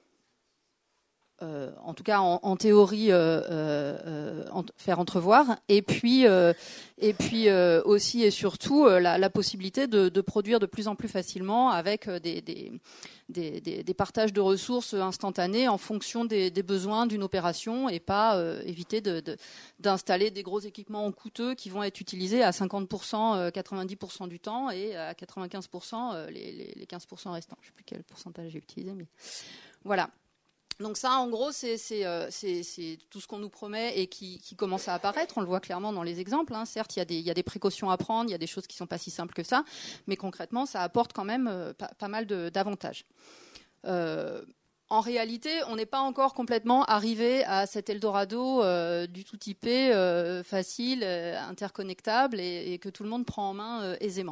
Euh, en tout cas en, en théorie euh, euh, en, faire entrevoir, et puis euh, et puis euh, aussi et surtout euh, la, la possibilité de, de produire de plus en plus facilement avec des, des, des, des, des partages de ressources instantanés en fonction des, des besoins d'une opération, et pas euh, éviter de, de, d'installer des gros équipements coûteux qui vont être utilisés à cinquante pour cent, quatre-vingt-dix pour cent du temps, et à quatre-vingt-quinze pour cent les, les, les quinze pour cent restants. Je ne sais plus quel pourcentage j'ai utilisé, mais voilà. Donc ça, en gros, c'est, c'est, euh, c'est, c'est tout ce qu'on nous promet et qui, qui commence à apparaître. On le voit clairement dans les exemples. Hein. Certes, il y a des, il y a des précautions à prendre, il y a des choses qui ne sont pas si simples que ça, mais concrètement, ça apporte quand même euh, pas, pas mal de, d'avantages. Euh, en réalité, on n'est pas encore complètement arrivé à cet Eldorado euh, du tout I P euh, facile, euh, interconnectable, et, et que tout le monde prend en main euh, aisément.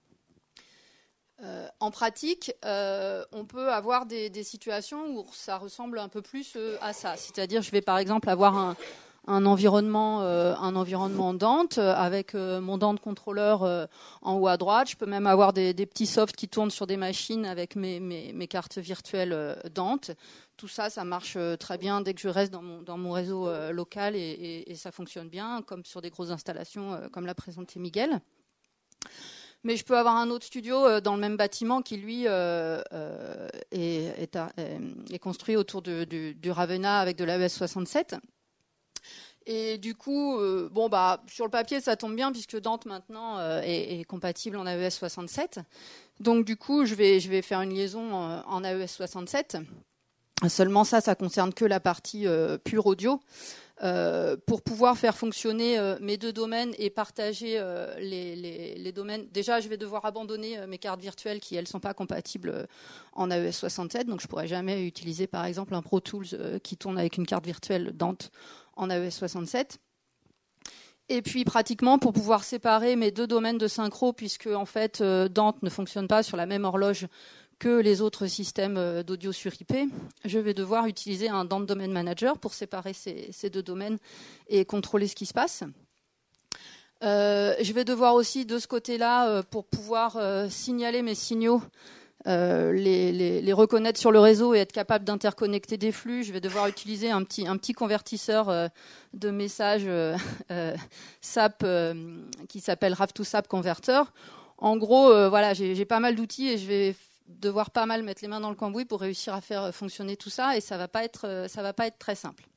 Euh, en pratique, euh, on peut avoir des, des situations où ça ressemble un peu plus euh, à ça. C'est-à-dire, je vais par exemple avoir un, un environnement, euh, un environnement Dante avec euh, mon Dante contrôleur euh, en haut à droite. Je peux même avoir des, des petits softs qui tournent sur des machines avec mes, mes, mes cartes virtuelles euh, Dante. Tout ça, ça marche euh, très bien dès que je reste dans mon, dans mon réseau euh, local, et, et, et ça fonctionne bien, comme sur des grosses installations, euh, comme l'a présenté Miguel. Mais je peux avoir un autre studio euh, dans le même bâtiment qui, lui, euh, euh, est, est, à, est construit autour de, du, du Ravenna avec de l'A E S soixante-sept. Et du coup, euh, bon, bah, sur le papier, ça tombe bien puisque Dante, maintenant, euh, est, est compatible en A E S soixante-sept. Donc, du coup, je vais, je vais faire une liaison en, en A E S soixante-sept. Seulement ça, ça concerne que la partie euh, pure audio. Euh, pour pouvoir faire fonctionner euh, mes deux domaines et partager euh, les, les, les domaines. Déjà, je vais devoir abandonner euh, mes cartes virtuelles qui, elles, ne sont pas compatibles euh, en A E S soixante-sept. Donc, je ne pourrai jamais utiliser, par exemple, un Pro Tools euh, qui tourne avec une carte virtuelle Dante en A E S soixante-sept. Et puis, pratiquement, pour pouvoir séparer mes deux domaines de synchro, puisque, en fait, euh, Dante ne fonctionne pas sur la même horloge que les autres systèmes d'audio sur I P, je vais devoir utiliser un Dante Domain Manager pour séparer ces, ces deux domaines et contrôler ce qui se passe. Euh, je vais devoir aussi, de ce côté-là, euh, pour pouvoir euh, signaler mes signaux, euh, les, les, les reconnaître sur le réseau et être capable d'interconnecter des flux, je vais devoir utiliser un petit, un petit convertisseur euh, de messages euh, euh, S A P euh, qui s'appelle R A V to S A P Converter. En gros, euh, voilà, j'ai, j'ai pas mal d'outils et je vais devoir pas mal mettre les mains dans le cambouis pour réussir à faire fonctionner tout ça, et ça va pas être, ça va pas être très simple.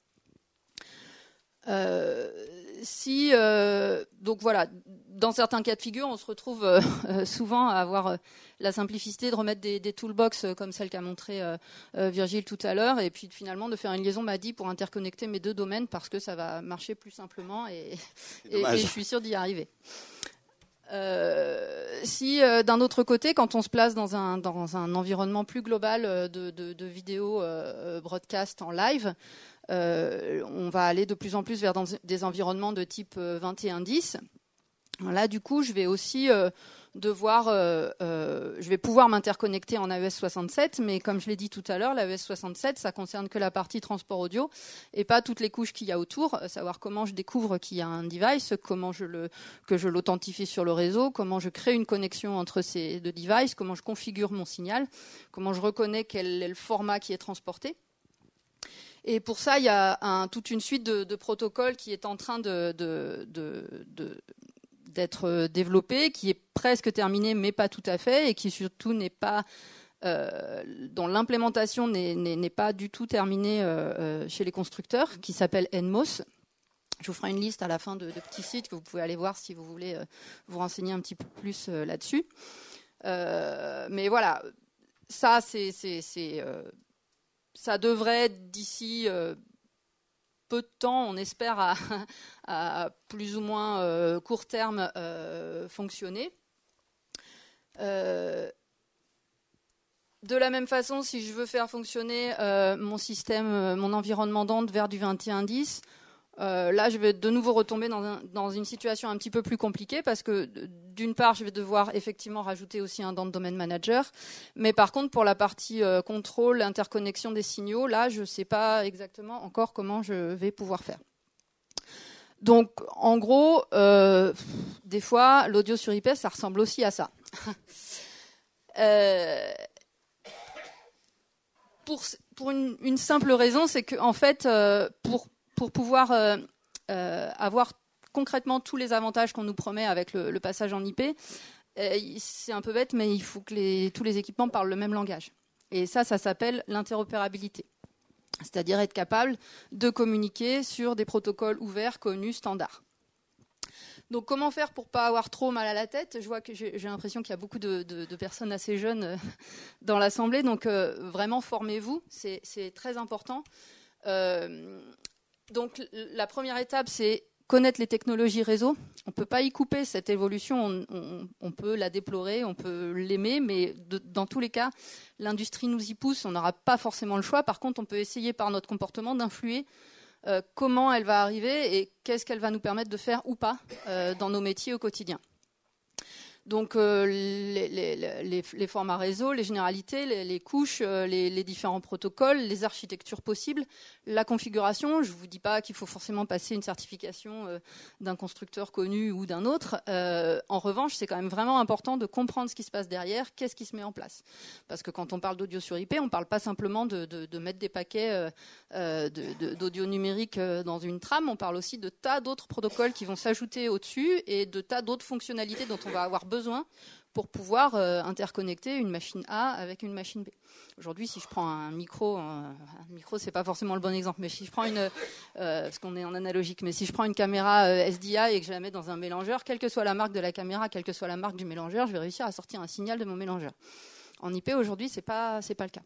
Euh, si euh, donc voilà, dans certains cas de figure, on se retrouve euh, souvent à avoir euh, la simplicité de remettre des, des toolbox euh, comme celle qu'a montré euh, euh, Virgile tout à l'heure, et puis finalement de faire une liaison M A D I pour interconnecter mes deux domaines parce que ça va marcher plus simplement, et, et, et je suis sûre d'y arriver. Euh, si euh, d'un autre côté, quand on se place dans un, dans un environnement plus global de, de, de vidéo euh, broadcast en live, euh, on va aller de plus en plus vers dans des environnements de type vingt et un dix. Là, du coup, je vais aussi euh, devoir, euh, euh, je vais pouvoir m'interconnecter en A E S soixante-sept, mais comme je l'ai dit tout à l'heure, l'A E S soixante-sept, ça concerne que la partie transport audio et pas toutes les couches qu'il y a autour, savoir comment je découvre qu'il y a un device, comment je le, que je l'authentifie sur le réseau, comment je crée une connexion entre ces deux devices, comment je configure mon signal, comment je reconnais quel est le format qui est transporté. Et pour ça, il y a un, toute une suite de, de protocoles qui est en train de, de, de, de d'être développé, qui est presque terminé, mais pas tout à fait, et qui surtout n'est pas, euh, dont l'implémentation n'est, n'est, n'est pas du tout terminée euh, chez les constructeurs, qui s'appelle N M O S. Je vous ferai une liste à la fin de, de petits sites que vous pouvez aller voir si vous voulez euh, vous renseigner un petit peu plus euh, là-dessus. Euh, mais voilà, ça, c'est, c'est, c'est, euh, ça devrait d'ici euh, peu de temps, on espère à, à plus ou moins euh, court terme euh, fonctionner. Euh, de la même façon, si je veux faire fonctionner euh, mon système, mon environnement d'onde vers du vingt et un dix, euh, là je vais de nouveau retomber dans, un, dans une situation un petit peu plus compliquée parce que d'une part je vais devoir effectivement rajouter aussi un Dante Domain Manager, mais par contre pour la partie euh, contrôle, interconnexion des signaux, là je ne sais pas exactement encore comment je vais pouvoir faire. Donc en gros, euh, des fois l'audio sur I P ça ressemble aussi à ça. euh, pour pour une, une simple raison, c'est que en fait euh, pour pour pouvoir euh, euh, avoir concrètement tous les avantages qu'on nous promet avec le, le passage en I P, euh, c'est un peu bête, mais il faut que les, tous les équipements parlent le même langage. Et ça, ça s'appelle l'interopérabilité. C'est-à-dire être capable de communiquer sur des protocoles ouverts, connus, standards. Donc comment faire pour ne pas avoir trop mal à la tête ? Je vois que j'ai, j'ai l'impression qu'il y a beaucoup de, de, de personnes assez jeunes euh, dans l'Assemblée, donc euh, vraiment formez-vous, c'est, c'est très important. Euh, Donc la première étape, c'est connaître les technologies réseau. On ne peut pas y couper cette évolution, on, on, on peut la déplorer, on peut l'aimer, mais de, dans tous les cas, l'industrie nous y pousse, on n'aura pas forcément le choix. Par contre, on peut essayer par notre comportement d'influer euh, comment elle va arriver et qu'est-ce qu'elle va nous permettre de faire ou pas euh, dans nos métiers au quotidien. Donc euh, les, les, les, les formats réseau, les généralités, les, les couches, euh, les, les différents protocoles, les architectures possibles, la configuration. Je ne vous dis pas qu'il faut forcément passer une certification euh, d'un constructeur connu ou d'un autre. Euh, en revanche, c'est quand même vraiment important de comprendre ce qui se passe derrière, qu'est-ce qui se met en place. Parce que quand on parle d'audio sur I P, on ne parle pas simplement de, de, de mettre des paquets euh, de, de, d'audio numérique dans une trame, on parle aussi de tas d'autres protocoles qui vont s'ajouter au-dessus et de tas d'autres fonctionnalités dont on va avoir besoin besoin pour pouvoir euh, interconnecter une machine A avec une machine B. Aujourd'hui, si je prends un micro, un, un micro, c'est pas forcément le bon exemple, mais si je prends une, euh, parce qu'on est en analogique, mais si je prends une caméra euh, S D I et que je la mets dans un mélangeur, quelle que soit la marque de la caméra, quelle que soit la marque du mélangeur, je vais réussir à sortir un signal de mon mélangeur. En I P, aujourd'hui, c'est pas, c'est pas le cas.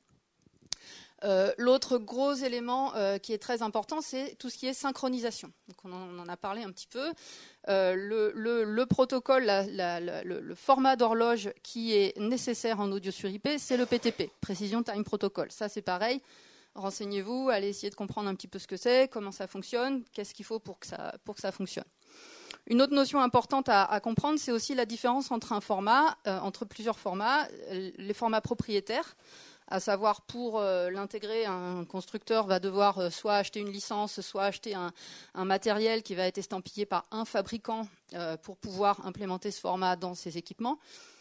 Euh, l'autre gros élément euh, qui est très important, c'est tout ce qui est synchronisation. Donc on, en, on en a parlé un petit peu. Euh, le, le, le protocole, la, la, la, le, le format d'horloge qui est nécessaire en audio sur I P, c'est le P T P, Precision Time Protocol. Ça, c'est pareil. Renseignez-vous, allez essayer de comprendre un petit peu ce que c'est, comment ça fonctionne, qu'est-ce qu'il faut pour que ça, pour que ça fonctionne. Une autre notion importante à, à comprendre, c'est aussi la différence entre un format, euh, entre plusieurs formats, les formats propriétaires. À savoir, pour euh, l'intégrer, un constructeur va devoir euh, soit acheter une licence, soit acheter un, un matériel qui va être estampillé par un fabricant euh, pour pouvoir implémenter ce format dans ses équipements,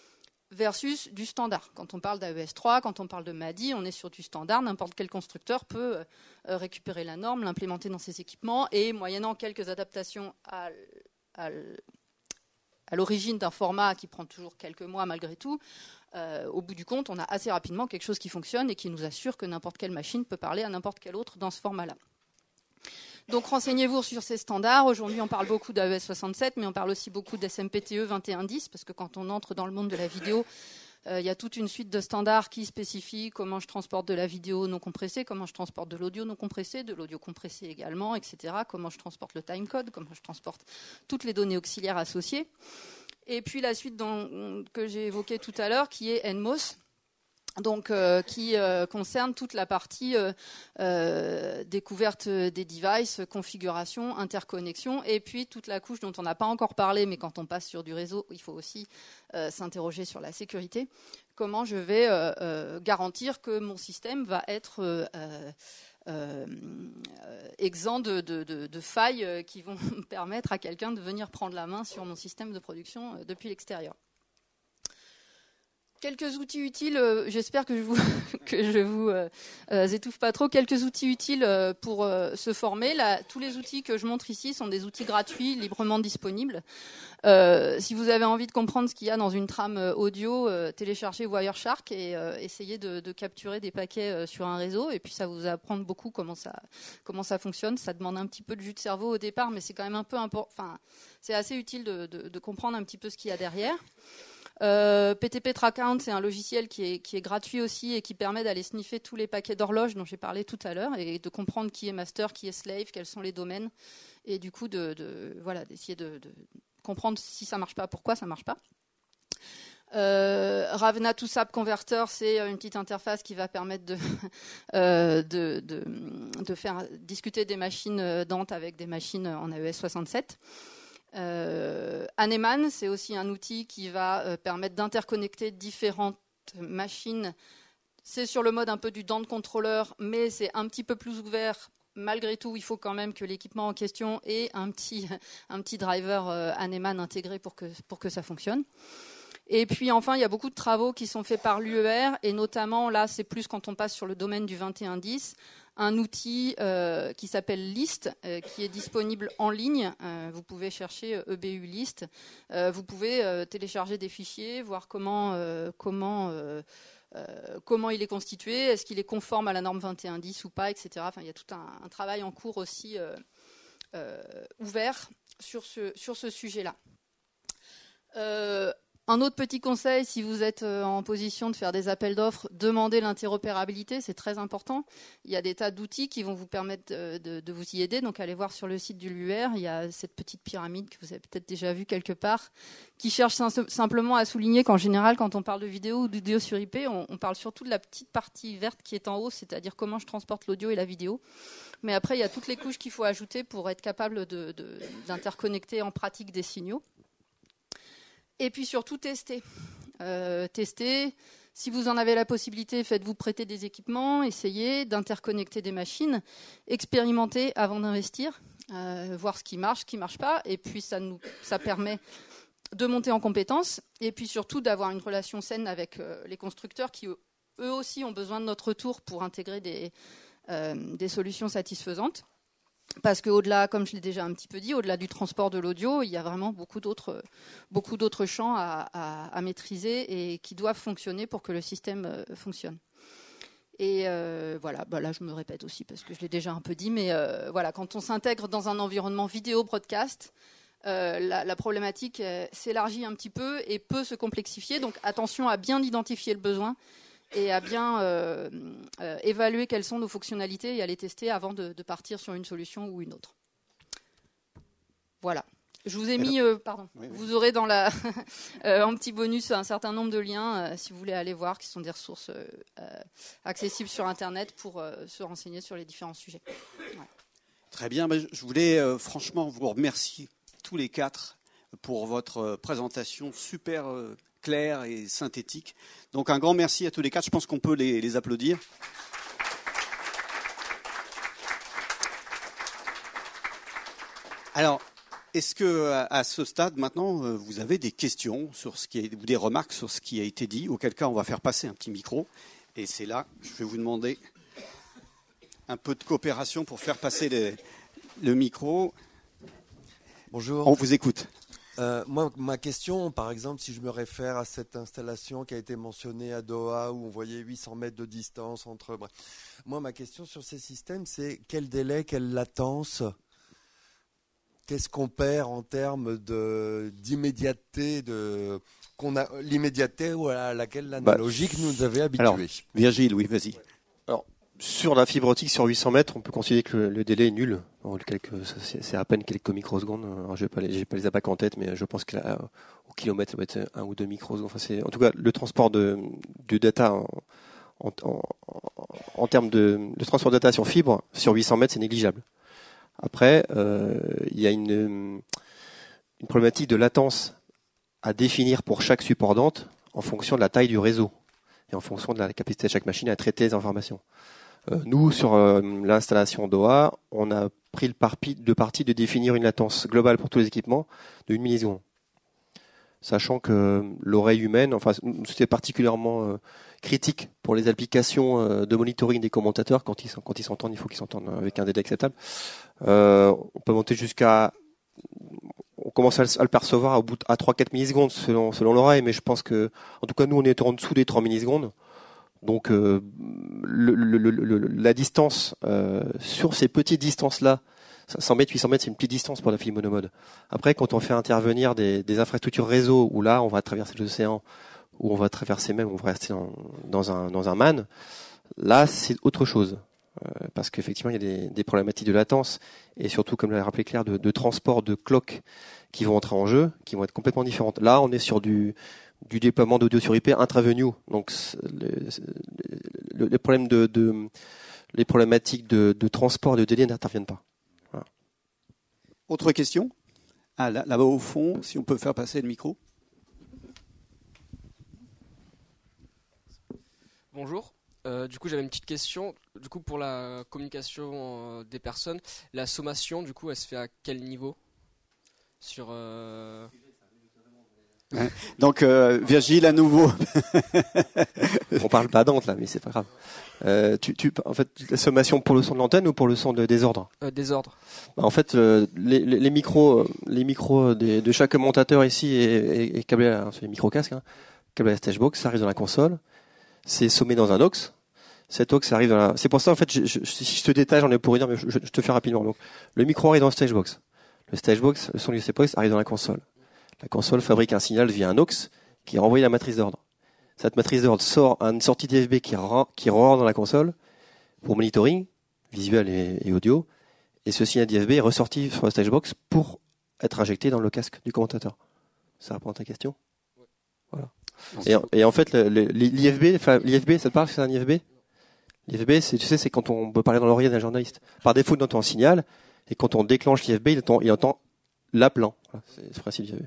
versus du standard. Quand on parle d'A E S trois, quand on parle de M A D I, on est sur du standard. N'importe quel constructeur peut euh, récupérer la norme, l'implémenter dans ses équipements et, moyennant quelques adaptations à, à, à l'origine d'un format qui prend toujours quelques mois malgré tout, Euh, au bout du compte, on a assez rapidement quelque chose qui fonctionne et qui nous assure que n'importe quelle machine peut parler à n'importe quel autre dans ce format-là. Donc renseignez-vous sur ces standards. Aujourd'hui, on parle beaucoup d'A E S soixante-sept, mais on parle aussi beaucoup d'S M P T E vingt et un dix, parce que quand on entre dans le monde de la vidéo, il euh, y a toute une suite de standards qui spécifient comment je transporte de la vidéo non compressée, comment je transporte de l'audio non compressé, de l'audio compressé également, et cetera. Comment je transporte le timecode, comment je transporte toutes les données auxiliaires associées. Et puis la suite dont, que j'ai évoquée tout à l'heure, qui est N M O S. Donc, euh, qui euh, concerne toute la partie euh, euh, découverte des devices, configuration, interconnexion, et puis toute la couche dont on n'a pas encore parlé, mais quand on passe sur du réseau, il faut aussi euh, s'interroger sur la sécurité. Comment je vais euh, euh, garantir que mon système va être euh, euh, euh, exempt de, de, de, de failles qui vont permettre à quelqu'un de venir prendre la main sur mon système de production euh, depuis l'extérieur. Quelques outils utiles, euh, j'espère que je vous, que je vous euh, euh, étouffe pas trop, quelques outils utiles euh, pour euh, se former. Là, tous les outils que je montre ici sont des outils gratuits, librement disponibles. Euh, si vous avez envie de comprendre ce qu'il y a dans une trame audio, euh, téléchargez Wireshark et euh, essayez de, de capturer des paquets euh, sur un réseau. Et puis ça vous apprendre beaucoup comment ça, comment ça fonctionne. Ça demande un petit peu de jus de cerveau au départ, mais c'est quand même un peu important. Enfin, c'est assez utile de, de, de comprendre un petit peu ce qu'il y a derrière. Euh, P T P Trackhound, c'est un logiciel qui est, qui est gratuit aussi et qui permet d'aller sniffer tous les paquets d'horloges dont j'ai parlé tout à l'heure et de comprendre qui est master, qui est slave, quels sont les domaines et du coup de, de voilà d'essayer de, de comprendre si ça marche pas, pourquoi ça marche pas. Euh, Ravna to S A P Converter, c'est une petite interface qui va permettre de, euh, de, de, de faire discuter des machines Dante avec des machines en A E S soixante-sept. Euh, Haneman, c'est aussi un outil qui va euh, permettre d'interconnecter différentes machines. C'est sur le mode un peu du Dante controller, mais c'est un petit peu plus ouvert. Malgré tout, il faut quand même que l'équipement en question ait un petit, un petit driver euh, Haneman intégré pour que, pour que ça fonctionne. Et puis enfin, il y a beaucoup de travaux qui sont faits par l'U E R, et notamment, là, c'est plus quand on passe sur le domaine du vingt et un dix, un outil euh, qui s'appelle List, euh, qui est disponible en ligne. Euh, vous pouvez chercher E B U List. Euh, vous pouvez euh, télécharger des fichiers, voir comment, euh, comment, euh, euh, comment il est constitué, est-ce qu'il est conforme à la norme vingt et un dix ou pas, et cetera. Enfin, il y a tout un, un travail en cours aussi euh, euh, ouvert sur ce, sur ce sujet-là. Euh, Un autre petit conseil, si vous êtes en position de faire des appels d'offres, demandez l'interopérabilité, c'est très important. Il y a des tas d'outils qui vont vous permettre de, de, de vous y aider. Donc allez voir sur le site du L'U E R, il y a cette petite pyramide que vous avez peut-être déjà vue quelque part, qui cherche sim- simplement à souligner qu'en général, quand on parle de vidéo ou de vidéo sur I P, on, on parle surtout de la petite partie verte qui est en haut, c'est-à-dire comment je transporte l'audio et la vidéo. Mais après, il y a toutes les couches qu'il faut ajouter pour être capable de, de, d'interconnecter en pratique des signaux. Et puis surtout, tester. Euh, tester. Si vous en avez la possibilité, faites-vous prêter des équipements, essayez d'interconnecter des machines, expérimentez avant d'investir, euh, voir ce qui marche, ce qui ne marche pas. Et puis, ça, nous, ça permet de monter en compétences. Et puis surtout, d'avoir une relation saine avec euh, les constructeurs qui, eux aussi, ont besoin de notre tour pour intégrer des, euh, des solutions satisfaisantes. Parce qu'au-delà, comme je l'ai déjà un petit peu dit, au-delà du transport de l'audio, il y a vraiment beaucoup d'autres, beaucoup d'autres champs à, à, à maîtriser et qui doivent fonctionner pour que le système euh, fonctionne. Et euh, voilà, bah là je me répète aussi parce que je l'ai déjà un peu dit, mais euh, voilà, quand on s'intègre dans un environnement vidéo broadcast, euh, la, la problématique euh, s'élargit un petit peu et peut se complexifier. Donc attention à bien identifier le besoin et à bien euh, euh, évaluer quelles sont nos fonctionnalités et à les tester avant de, de partir sur une solution ou une autre. Voilà. Je vous ai mis, euh, pardon, oui, oui. Vous aurez dans la, euh, en petit bonus un certain nombre de liens, euh, si vous voulez aller voir, qui sont des ressources euh, accessibles sur Internet pour euh, se renseigner sur les différents sujets. Voilà. Très bien. Je voulais euh, franchement vous remercier tous les quatre pour votre présentation super euh, claire et synthétique. Donc un grand merci à tous les quatre. Je pense qu'on peut les, les applaudir. Alors, est-ce que à ce stade maintenant, vous avez des questions sur ce qui est, ou des remarques sur ce qui a été dit? Auquel cas, on va faire passer un petit micro. Et c'est là, je vais vous demander un peu de coopération pour faire passer les, le micro. Bonjour. On vous écoute. Euh, moi, ma question, par exemple, si je me réfère à cette installation qui a été mentionnée à Doha, où on voyait huit cents mètres de distance entre... Bref. Moi, ma question sur ces systèmes, c'est quel délai, quelle latence, qu'est-ce qu'on perd en termes de, d'immédiateté, de, qu'on a, l'immédiateté à laquelle l'analogique bah, nous avait habitués. Alors, Virgile, oui, vas-y. Alors, sur la fibre optique sur huit cents mètres, on peut considérer que le, le délai est nul. En quelques, c'est, c'est à peine quelques microsecondes. Alors, je n'ai pas les, j'ai pas les abacs en tête, mais je pense qu'au kilomètre, ça va être un ou deux microsecondes. Enfin, c'est, en tout cas, le transport de, de data en, en, en, en termes de, de transport de data sur fibre, sur huit cents mètres, c'est négligeable. Après, euh, il y a une, une problématique de latence à définir pour chaque support Dante en fonction de la taille du réseau et en fonction de la capacité de chaque machine à traiter les informations. Euh, nous, sur euh, l'installation D O A, on a pris le parti de parti de définir une latence globale pour tous les équipements de une milliseconde. Sachant que l'oreille humaine, enfin, c'était particulièrement euh, critique pour les applications euh, de monitoring des commentateurs. Quand ils, quand ils s'entendent, il faut qu'ils s'entendent avec un délai acceptable. Euh, on peut monter jusqu'à... On commence à le percevoir au bout de, à trois à quatre millisecondes selon, selon l'oreille, mais je pense que, en tout cas, nous, on est en dessous des trois millisecondes. Donc, euh, le, le, le, le, la distance euh, sur ces petites distances-là, cent mètres, huit cents mètres, c'est une petite distance pour la fibre monomode. Après, quand on fait intervenir des, des infrastructures réseau, où là, on va traverser l'océan, où on va traverser même, on va rester dans, dans un dans un man, là, c'est autre chose. Euh, parce qu'effectivement, il y a des, des problématiques de latence et surtout, comme l'a rappelé Claire, de, de transport de cloques qui vont entrer en jeu, qui vont être complètement différentes. Là, on est sur du, du déploiement d'audio sur I P intravenue. Donc, le, le, les problèmes de, de les problématiques de, de transport et de délai n'interviennent pas. Voilà. Autre question ? Ah, là, là-bas au fond, si on peut faire passer le micro. Bonjour. Euh, du coup, j'avais une petite question. Du coup, pour la communication euh, des personnes, la sommation, du coup, elle se fait à quel niveau sur euh... Donc, euh, Virgile, à nouveau. On parle pas Dante là, mais c'est pas grave. Euh, tu, tu, en fait, la sommation pour le son de l'antenne ou pour le son de désordre euh, Désordre. Bah, en fait, euh, les, les, les micros, les micros des, de chaque montateur ici est, est, est câblé, à, c'est les micro casques, hein, câblé à la Stagebox, ça arrive dans la console. C'est sommé dans un aux. Cet aux arrive dans la... C'est pour ça, en fait, je, je, si je te détaille, j'en ai pour dire, mais je, je te fais rapidement. Donc, le micro arrive dans le Stagebox. Le Stagebox, le son du Stagebox arrive dans la console. La console fabrique un signal via un aux qui est renvoyé à la matrice d'ordre. Cette matrice d'ordre sort à une sortie D F B qui rentre, qui rentre dans la console pour monitoring, visuel et, et audio. Et ce signal D F B est ressorti sur la Stagebox pour être injecté dans le casque du commentateur. Ça répond à ta question ? Voilà. Et, et en fait, le, le, l'I F B, enfin, l'I F B, ça te parle, c'est un I F B ? L'I F B, c'est, tu sais, c'est quand on peut parler dans l'oreille d'un journaliste. Par défaut, il entend un signal, et quand on déclenche l'I F B, il entend, il entend l'appelant. Voilà, c'est le principe du I F B.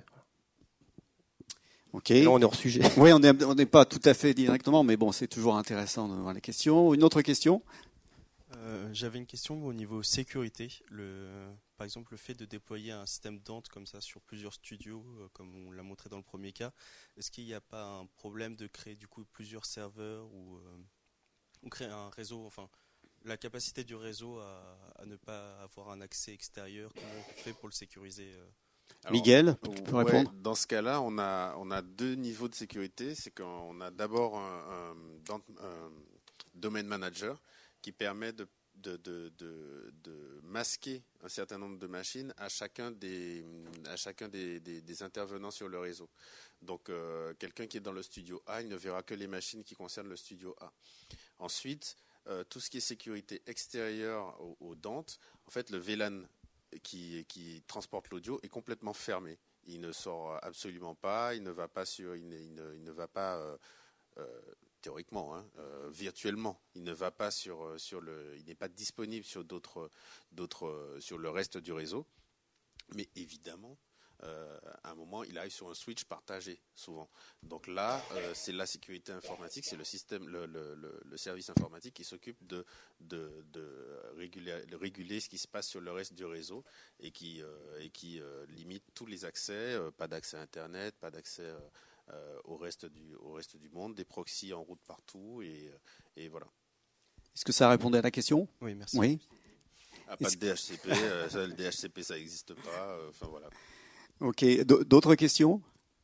Ok. Là, on est hors sujet. Oui, on n'est on n'est pas tout à fait directement, mais bon, c'est toujours intéressant de voir les questions. Une autre question ? euh, J'avais une question au niveau sécurité. Le, par exemple, le fait de déployer un système Dante comme ça sur plusieurs studios, euh, comme on l'a montré dans le premier cas, est-ce qu'il n'y a pas un problème de créer du coup plusieurs serveurs ou, euh, ou créer un réseau, enfin, la capacité du réseau à, à ne pas avoir un accès extérieur, comment on fait pour le sécuriser euh Alors, Miguel, tu peux ouais, répondre ? dans ce cas-là, on a, on a deux niveaux de sécurité. C'est qu'on a d'abord un, un, un domain manager qui permet de, de, de, de, de masquer un certain nombre de machines à chacun des, à chacun des, des, des intervenants sur le réseau. Donc, euh, quelqu'un qui est dans le studio A, il ne verra que les machines qui concernent le studio A. Ensuite, euh, tout ce qui est sécurité extérieure au, au Dante, en fait, le V LAN Qui, qui transporte l'audio est complètement fermé. Il ne sort absolument pas, il ne va pas sur, il ne, il ne, il ne va pas euh, euh, théoriquement, hein, euh, virtuellement, il ne va pas sur, sur le, il n'est pas disponible sur d'autres, d'autres, sur le reste du réseau. Mais évidemment, euh, à un moment, il arrive sur un switch partagé, souvent. Donc là, euh, c'est la sécurité informatique, c'est le système, le, le, le, le service informatique qui s'occupe de, de, de, réguler, de réguler ce qui se passe sur le reste du réseau et qui, euh, et qui euh, limite tous les accès, euh, pas d'accès Internet, pas d'accès euh, euh, au, reste du, au reste du monde, des proxys en route partout, et, et voilà. Est-ce que ça répondait à la question ? Oui, merci. Oui. Ah, pas de D H C P, euh, ça, le D H C P ça n'existe pas, euh, enfin voilà. Ok, d'autres questions ?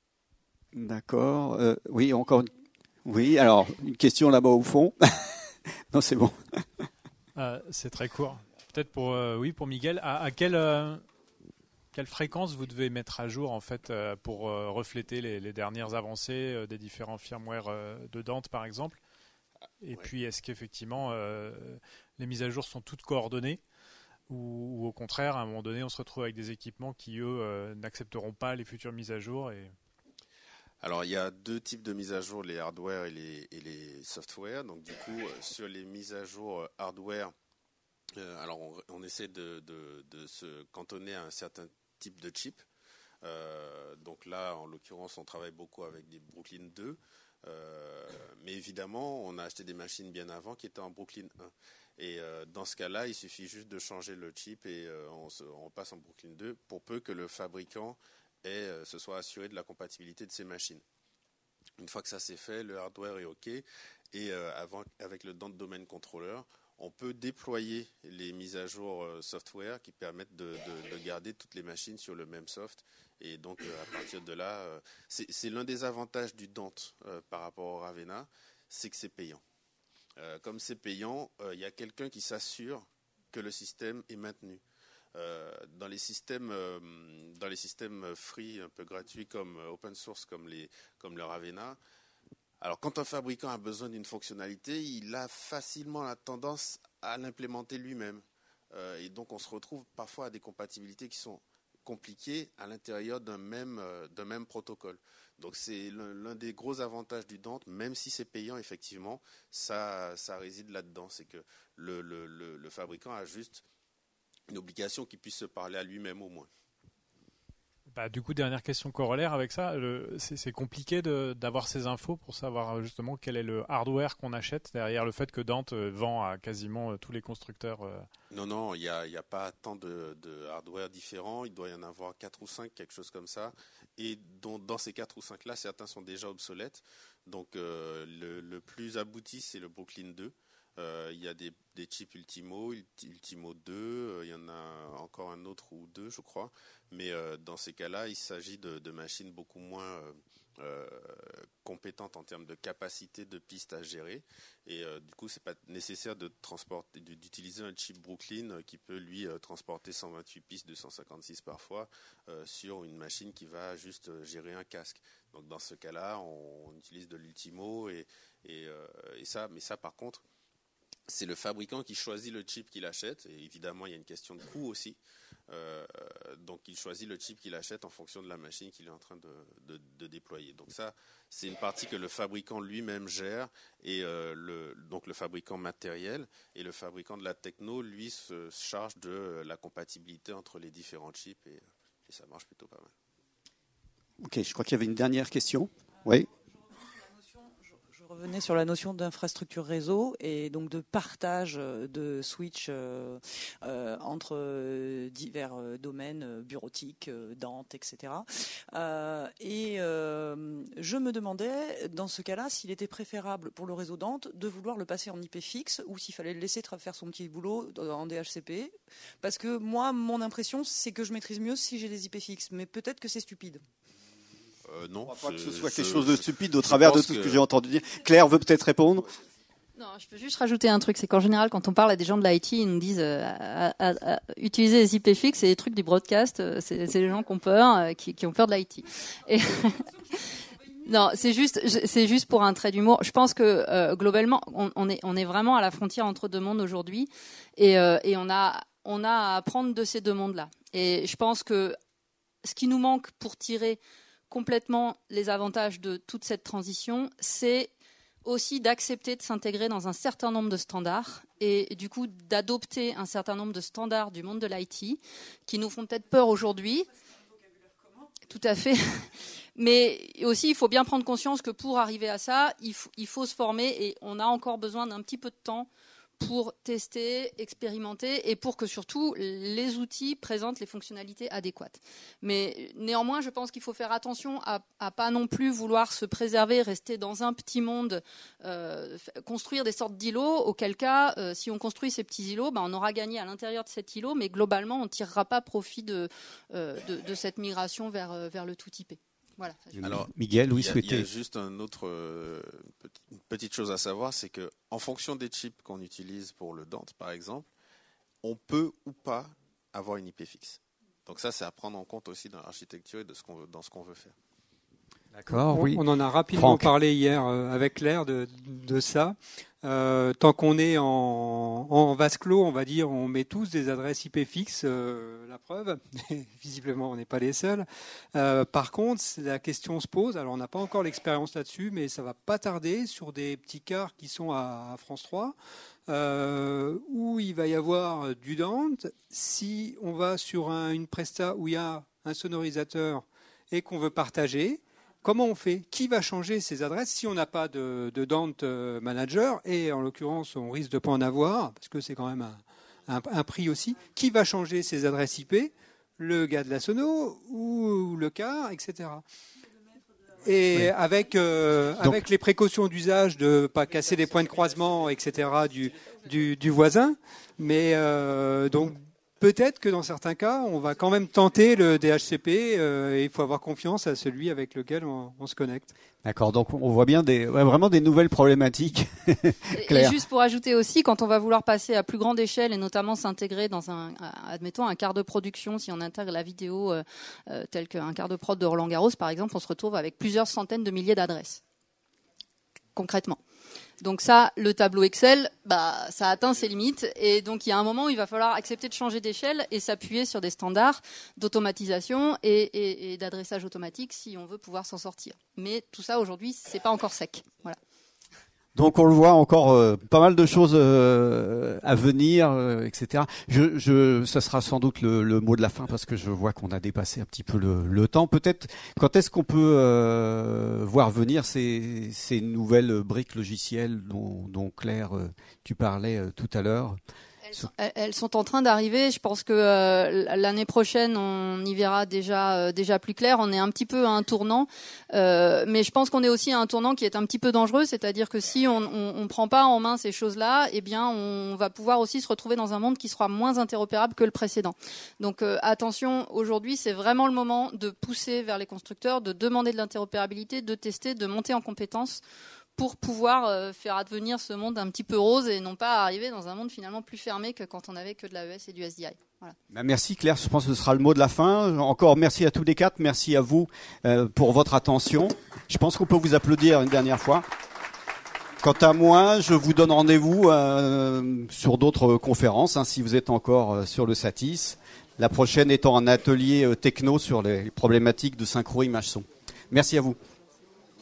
D'accord. Euh, oui, encore une... Oui, alors, une question là-bas au fond. Non, c'est bon. Euh, c'est très court. Peut-être pour, euh, oui, pour Miguel. À, à quelle, euh, quelle fréquence vous devez mettre à jour en fait, euh, pour euh, refléter les, les dernières avancées euh, des différents firmware euh, de Dante, par exemple ? Et Ouais. puis, est-ce qu'effectivement, euh, les mises à jour sont toutes coordonnées ou, ou au contraire, à un moment donné, on se retrouve avec des équipements qui, eux, euh, n'accepteront pas les futures mises à jour et... Alors, il y a deux types de mises à jour, les hardware et les, et les software. Donc, du coup, euh, sur les mises à jour euh, hardware, euh, alors on, on essaie de, de, de se cantonner à un certain type de chip. Euh, donc là, en l'occurrence, on travaille beaucoup avec des Brooklyn deux. Euh, mais évidemment, on a acheté des machines bien avant qui étaient en Brooklyn un. Et euh, dans ce cas-là, il suffit juste de changer le chip et euh, on, se, on passe en Brooklyn deux pour peu que le fabricant et euh, se soit assuré de la compatibilité de ces machines. Une fois que ça c'est fait, le hardware est OK et euh, avant, avec le Dante Domain Controller, on peut déployer les mises à jour euh, software qui permettent de, de, de garder toutes les machines sur le même soft. Et donc euh, à partir de là, euh, c'est, c'est l'un des avantages du Dante euh, par rapport au Ravenna, c'est que c'est payant. Euh, comme c'est payant, il euh, y a quelqu'un qui s'assure que le système est maintenu. Euh, dans les systèmes, euh, dans les systèmes free, un peu gratuits comme euh, open source, comme les, comme le Ravenna. Alors, quand un fabricant a besoin d'une fonctionnalité, il a facilement la tendance à l'implémenter lui-même. Euh, et donc, on se retrouve parfois à des compatibilités qui sont compliquées à l'intérieur d'un même, euh, d'un même protocole. Donc, c'est l'un, l'un des gros avantages du Dante, même si c'est payant, effectivement, ça, ça réside là-dedans. C'est que le, le, le, le fabricant a juste une obligation qui puisse se parler à lui-même au moins. Bah, du coup, dernière question corollaire avec ça, le, c'est, c'est compliqué de, d'avoir ces infos pour savoir justement quel est le hardware qu'on achète derrière le fait que Dante vend à quasiment tous les constructeurs. Euh... Non, non, il n'y a, y a pas tant de, de hardware différents, il doit y en avoir quatre ou cinq, quelque chose comme ça, et dont, dans ces quatre ou cinq là, certains sont déjà obsolètes. Donc euh, le, le plus abouti, c'est le Brooklyn deux. Euh, il y a des, des chips Ultimo, Ultimo deux, euh, il y en a encore un autre ou deux, je crois. Mais euh, dans ces cas-là, il s'agit de, de machines beaucoup moins euh, euh, compétentes en termes de capacité de piste à gérer. Et euh, du coup, c'est pas nécessaire de transporter, d'utiliser un chip Brooklyn qui peut lui euh, transporter cent vingt-huit pistes, deux cent cinquante-six parfois, euh, sur une machine qui va juste gérer un casque. Donc dans ce cas-là, on, on utilise de l'Ultimo et, et, euh, et ça. Mais ça, par contre, c'est le fabricant qui choisit le chip qu'il achète. Et évidemment, il y a une question de coût aussi. Euh, donc, il choisit le chip qu'il achète en fonction de la machine qu'il est en train de, de, de déployer. Donc ça, c'est une partie que le fabricant lui-même gère. Et euh, le, donc le fabricant matériel et le fabricant de la techno, lui, se charge de la compatibilité entre les différents chips. Et, et ça marche plutôt pas mal. Ok, je crois qu'il y avait une dernière question. Oui. Je revenais sur la notion d'infrastructure réseau et donc de partage de switch euh, euh, entre divers domaines bureautiques, Dante, et cetera. Euh, et euh, je me demandais, dans ce cas-là, s'il était préférable pour le réseau Dante de vouloir le passer en I P fixe ou s'il fallait le laisser faire son petit boulot en D H C P. Parce que moi, mon impression, c'est que je maîtrise mieux si j'ai des I P fixes. Mais peut-être que c'est stupide. Euh, non, je ne crois pas que ce je, soit quelque je, chose de je, stupide au travers de tout que... ce que j'ai entendu dire. Claire veut peut-être répondre. Non, je peux juste rajouter un truc, c'est qu'en général, quand on parle à des gens de l'I T, ils nous disent euh, à, à, à, utiliser les I P fixes et les trucs du broadcast, euh, c'est, c'est les gens qui ont peur, euh, qui, qui ont peur de l'I T. Et non, c'est juste, c'est juste pour un trait d'humour. Je pense que euh, globalement, on, on est, on est vraiment à la frontière entre deux mondes aujourd'hui, et, euh, et on a, on a à apprendre de ces deux mondes-là. Et je pense que ce qui nous manque pour tirer complètement les avantages de toute cette transition, c'est aussi d'accepter de s'intégrer dans un certain nombre de standards et du coup d'adopter un certain nombre de standards du monde de l'I T qui nous font peut-être peur aujourd'hui. Tout à fait. Mais aussi, il faut bien prendre conscience que pour arriver à ça, il faut, il faut se former et on a encore besoin d'un petit peu de temps pour tester, expérimenter et pour que surtout les outils présentent les fonctionnalités adéquates. Mais néanmoins, je pense qu'il faut faire attention à, à pas non plus vouloir se préserver, rester dans un petit monde, euh, construire des sortes d'îlots, auquel cas, euh, si on construit ces petits îlots, ben, on aura gagné à l'intérieur de cet îlot, mais globalement, on ne tirera pas profit de, euh, de, de cette migration vers, vers le tout I P. Voilà. Alors, Miguel, oui, souhaitez. Il y a juste un autre, euh, une petite chose à savoir, c'est que en fonction des chips qu'on utilise pour le Dante, par exemple, on peut ou pas avoir une I P fixe. Donc ça, c'est à prendre en compte aussi dans l'architecture et de ce qu'on veut, dans ce qu'on veut faire. D'accord, on, oui. on en a rapidement Franck. parlé hier euh, avec Claire de, de ça. Euh, tant qu'on est en, en vase clos, on va dire, on met tous des adresses I P fixes, euh, la preuve. Visiblement, on n'est pas les seuls. Euh, par contre, la question se pose, alors on n'a pas encore l'expérience là-dessus, mais ça va pas tarder sur des petits quarts qui sont à, à France trois, euh, où il va y avoir du Dante. Si on va sur un, une presta où il y a un sonorisateur et qu'on veut partager, comment on fait? Qui va changer ces adresses si on n'a pas de, de Dante manager? Et en l'occurrence, on risque de pas en avoir, parce que c'est quand même un, un, un prix aussi. Qui va changer ces adresses I P? Le gars de la sono ou le car, et cetera. Et oui. avec, euh, Donc, avec les précautions d'usage de ne pas casser les points de croisement, et cetera du, du, du voisin. Mais euh, donc, peut-être que dans certains cas, on va quand même tenter le D H C P euh, et il faut avoir confiance à celui avec lequel on, on se connecte. D'accord, donc on voit bien des, ouais, vraiment des nouvelles problématiques. Et juste pour ajouter aussi, quand on va vouloir passer à plus grande échelle et notamment s'intégrer dans un, admettons, un quart de production, si on intègre la vidéo euh, euh, tel qu'un quart de prod de Roland Garros, par exemple, on se retrouve avec plusieurs centaines de milliers d'adresses, concrètement. Donc ça, le tableau Excel, bah, ça atteint ses limites. Et donc, il y a un moment où il va falloir accepter de changer d'échelle et s'appuyer sur des standards d'automatisation et, et, et d'adressage automatique si on veut pouvoir s'en sortir. Mais tout ça, aujourd'hui, c'est pas encore sec. Voilà. Donc on le voit encore euh, pas mal de choses euh, à venir, euh, et cetera. Je, je, ça sera sans doute le, le mot de la fin parce que je vois qu'on a dépassé un petit peu le, le temps. Peut-être quand est-ce qu'on peut euh, voir venir ces, ces nouvelles briques logicielles dont, dont Claire, euh, tu parlais euh, tout à l'heure? Elles sont, elles sont en train d'arriver. Je pense que euh, l'année prochaine, on y verra déjà euh, déjà plus clair. On est un petit peu à un tournant, euh, mais je pense qu'on est aussi à un tournant qui est un petit peu dangereux. C'est-à-dire que si on ne prend pas en main ces choses-là, eh bien, on va pouvoir aussi se retrouver dans un monde qui sera moins interopérable que le précédent. Donc, euh, attention. Aujourd'hui, c'est vraiment le moment de pousser vers les constructeurs, de demander de l'interopérabilité, de tester, de monter en compétences, pour pouvoir euh, faire advenir ce monde un petit peu rose et non pas arriver dans un monde finalement plus fermé que quand on n'avait que de l'A E S et du S D I. Voilà. Ben merci Claire, je pense que ce sera le mot de la fin. Encore merci à tous les quatre, merci à vous euh, pour votre attention. Je pense qu'on peut vous applaudir une dernière fois. Quant à moi, je vous donne rendez-vous euh, sur d'autres conférences, hein, si vous êtes encore euh, sur le Satis. La prochaine étant un atelier euh, techno sur les problématiques de synchro image son. Merci à vous.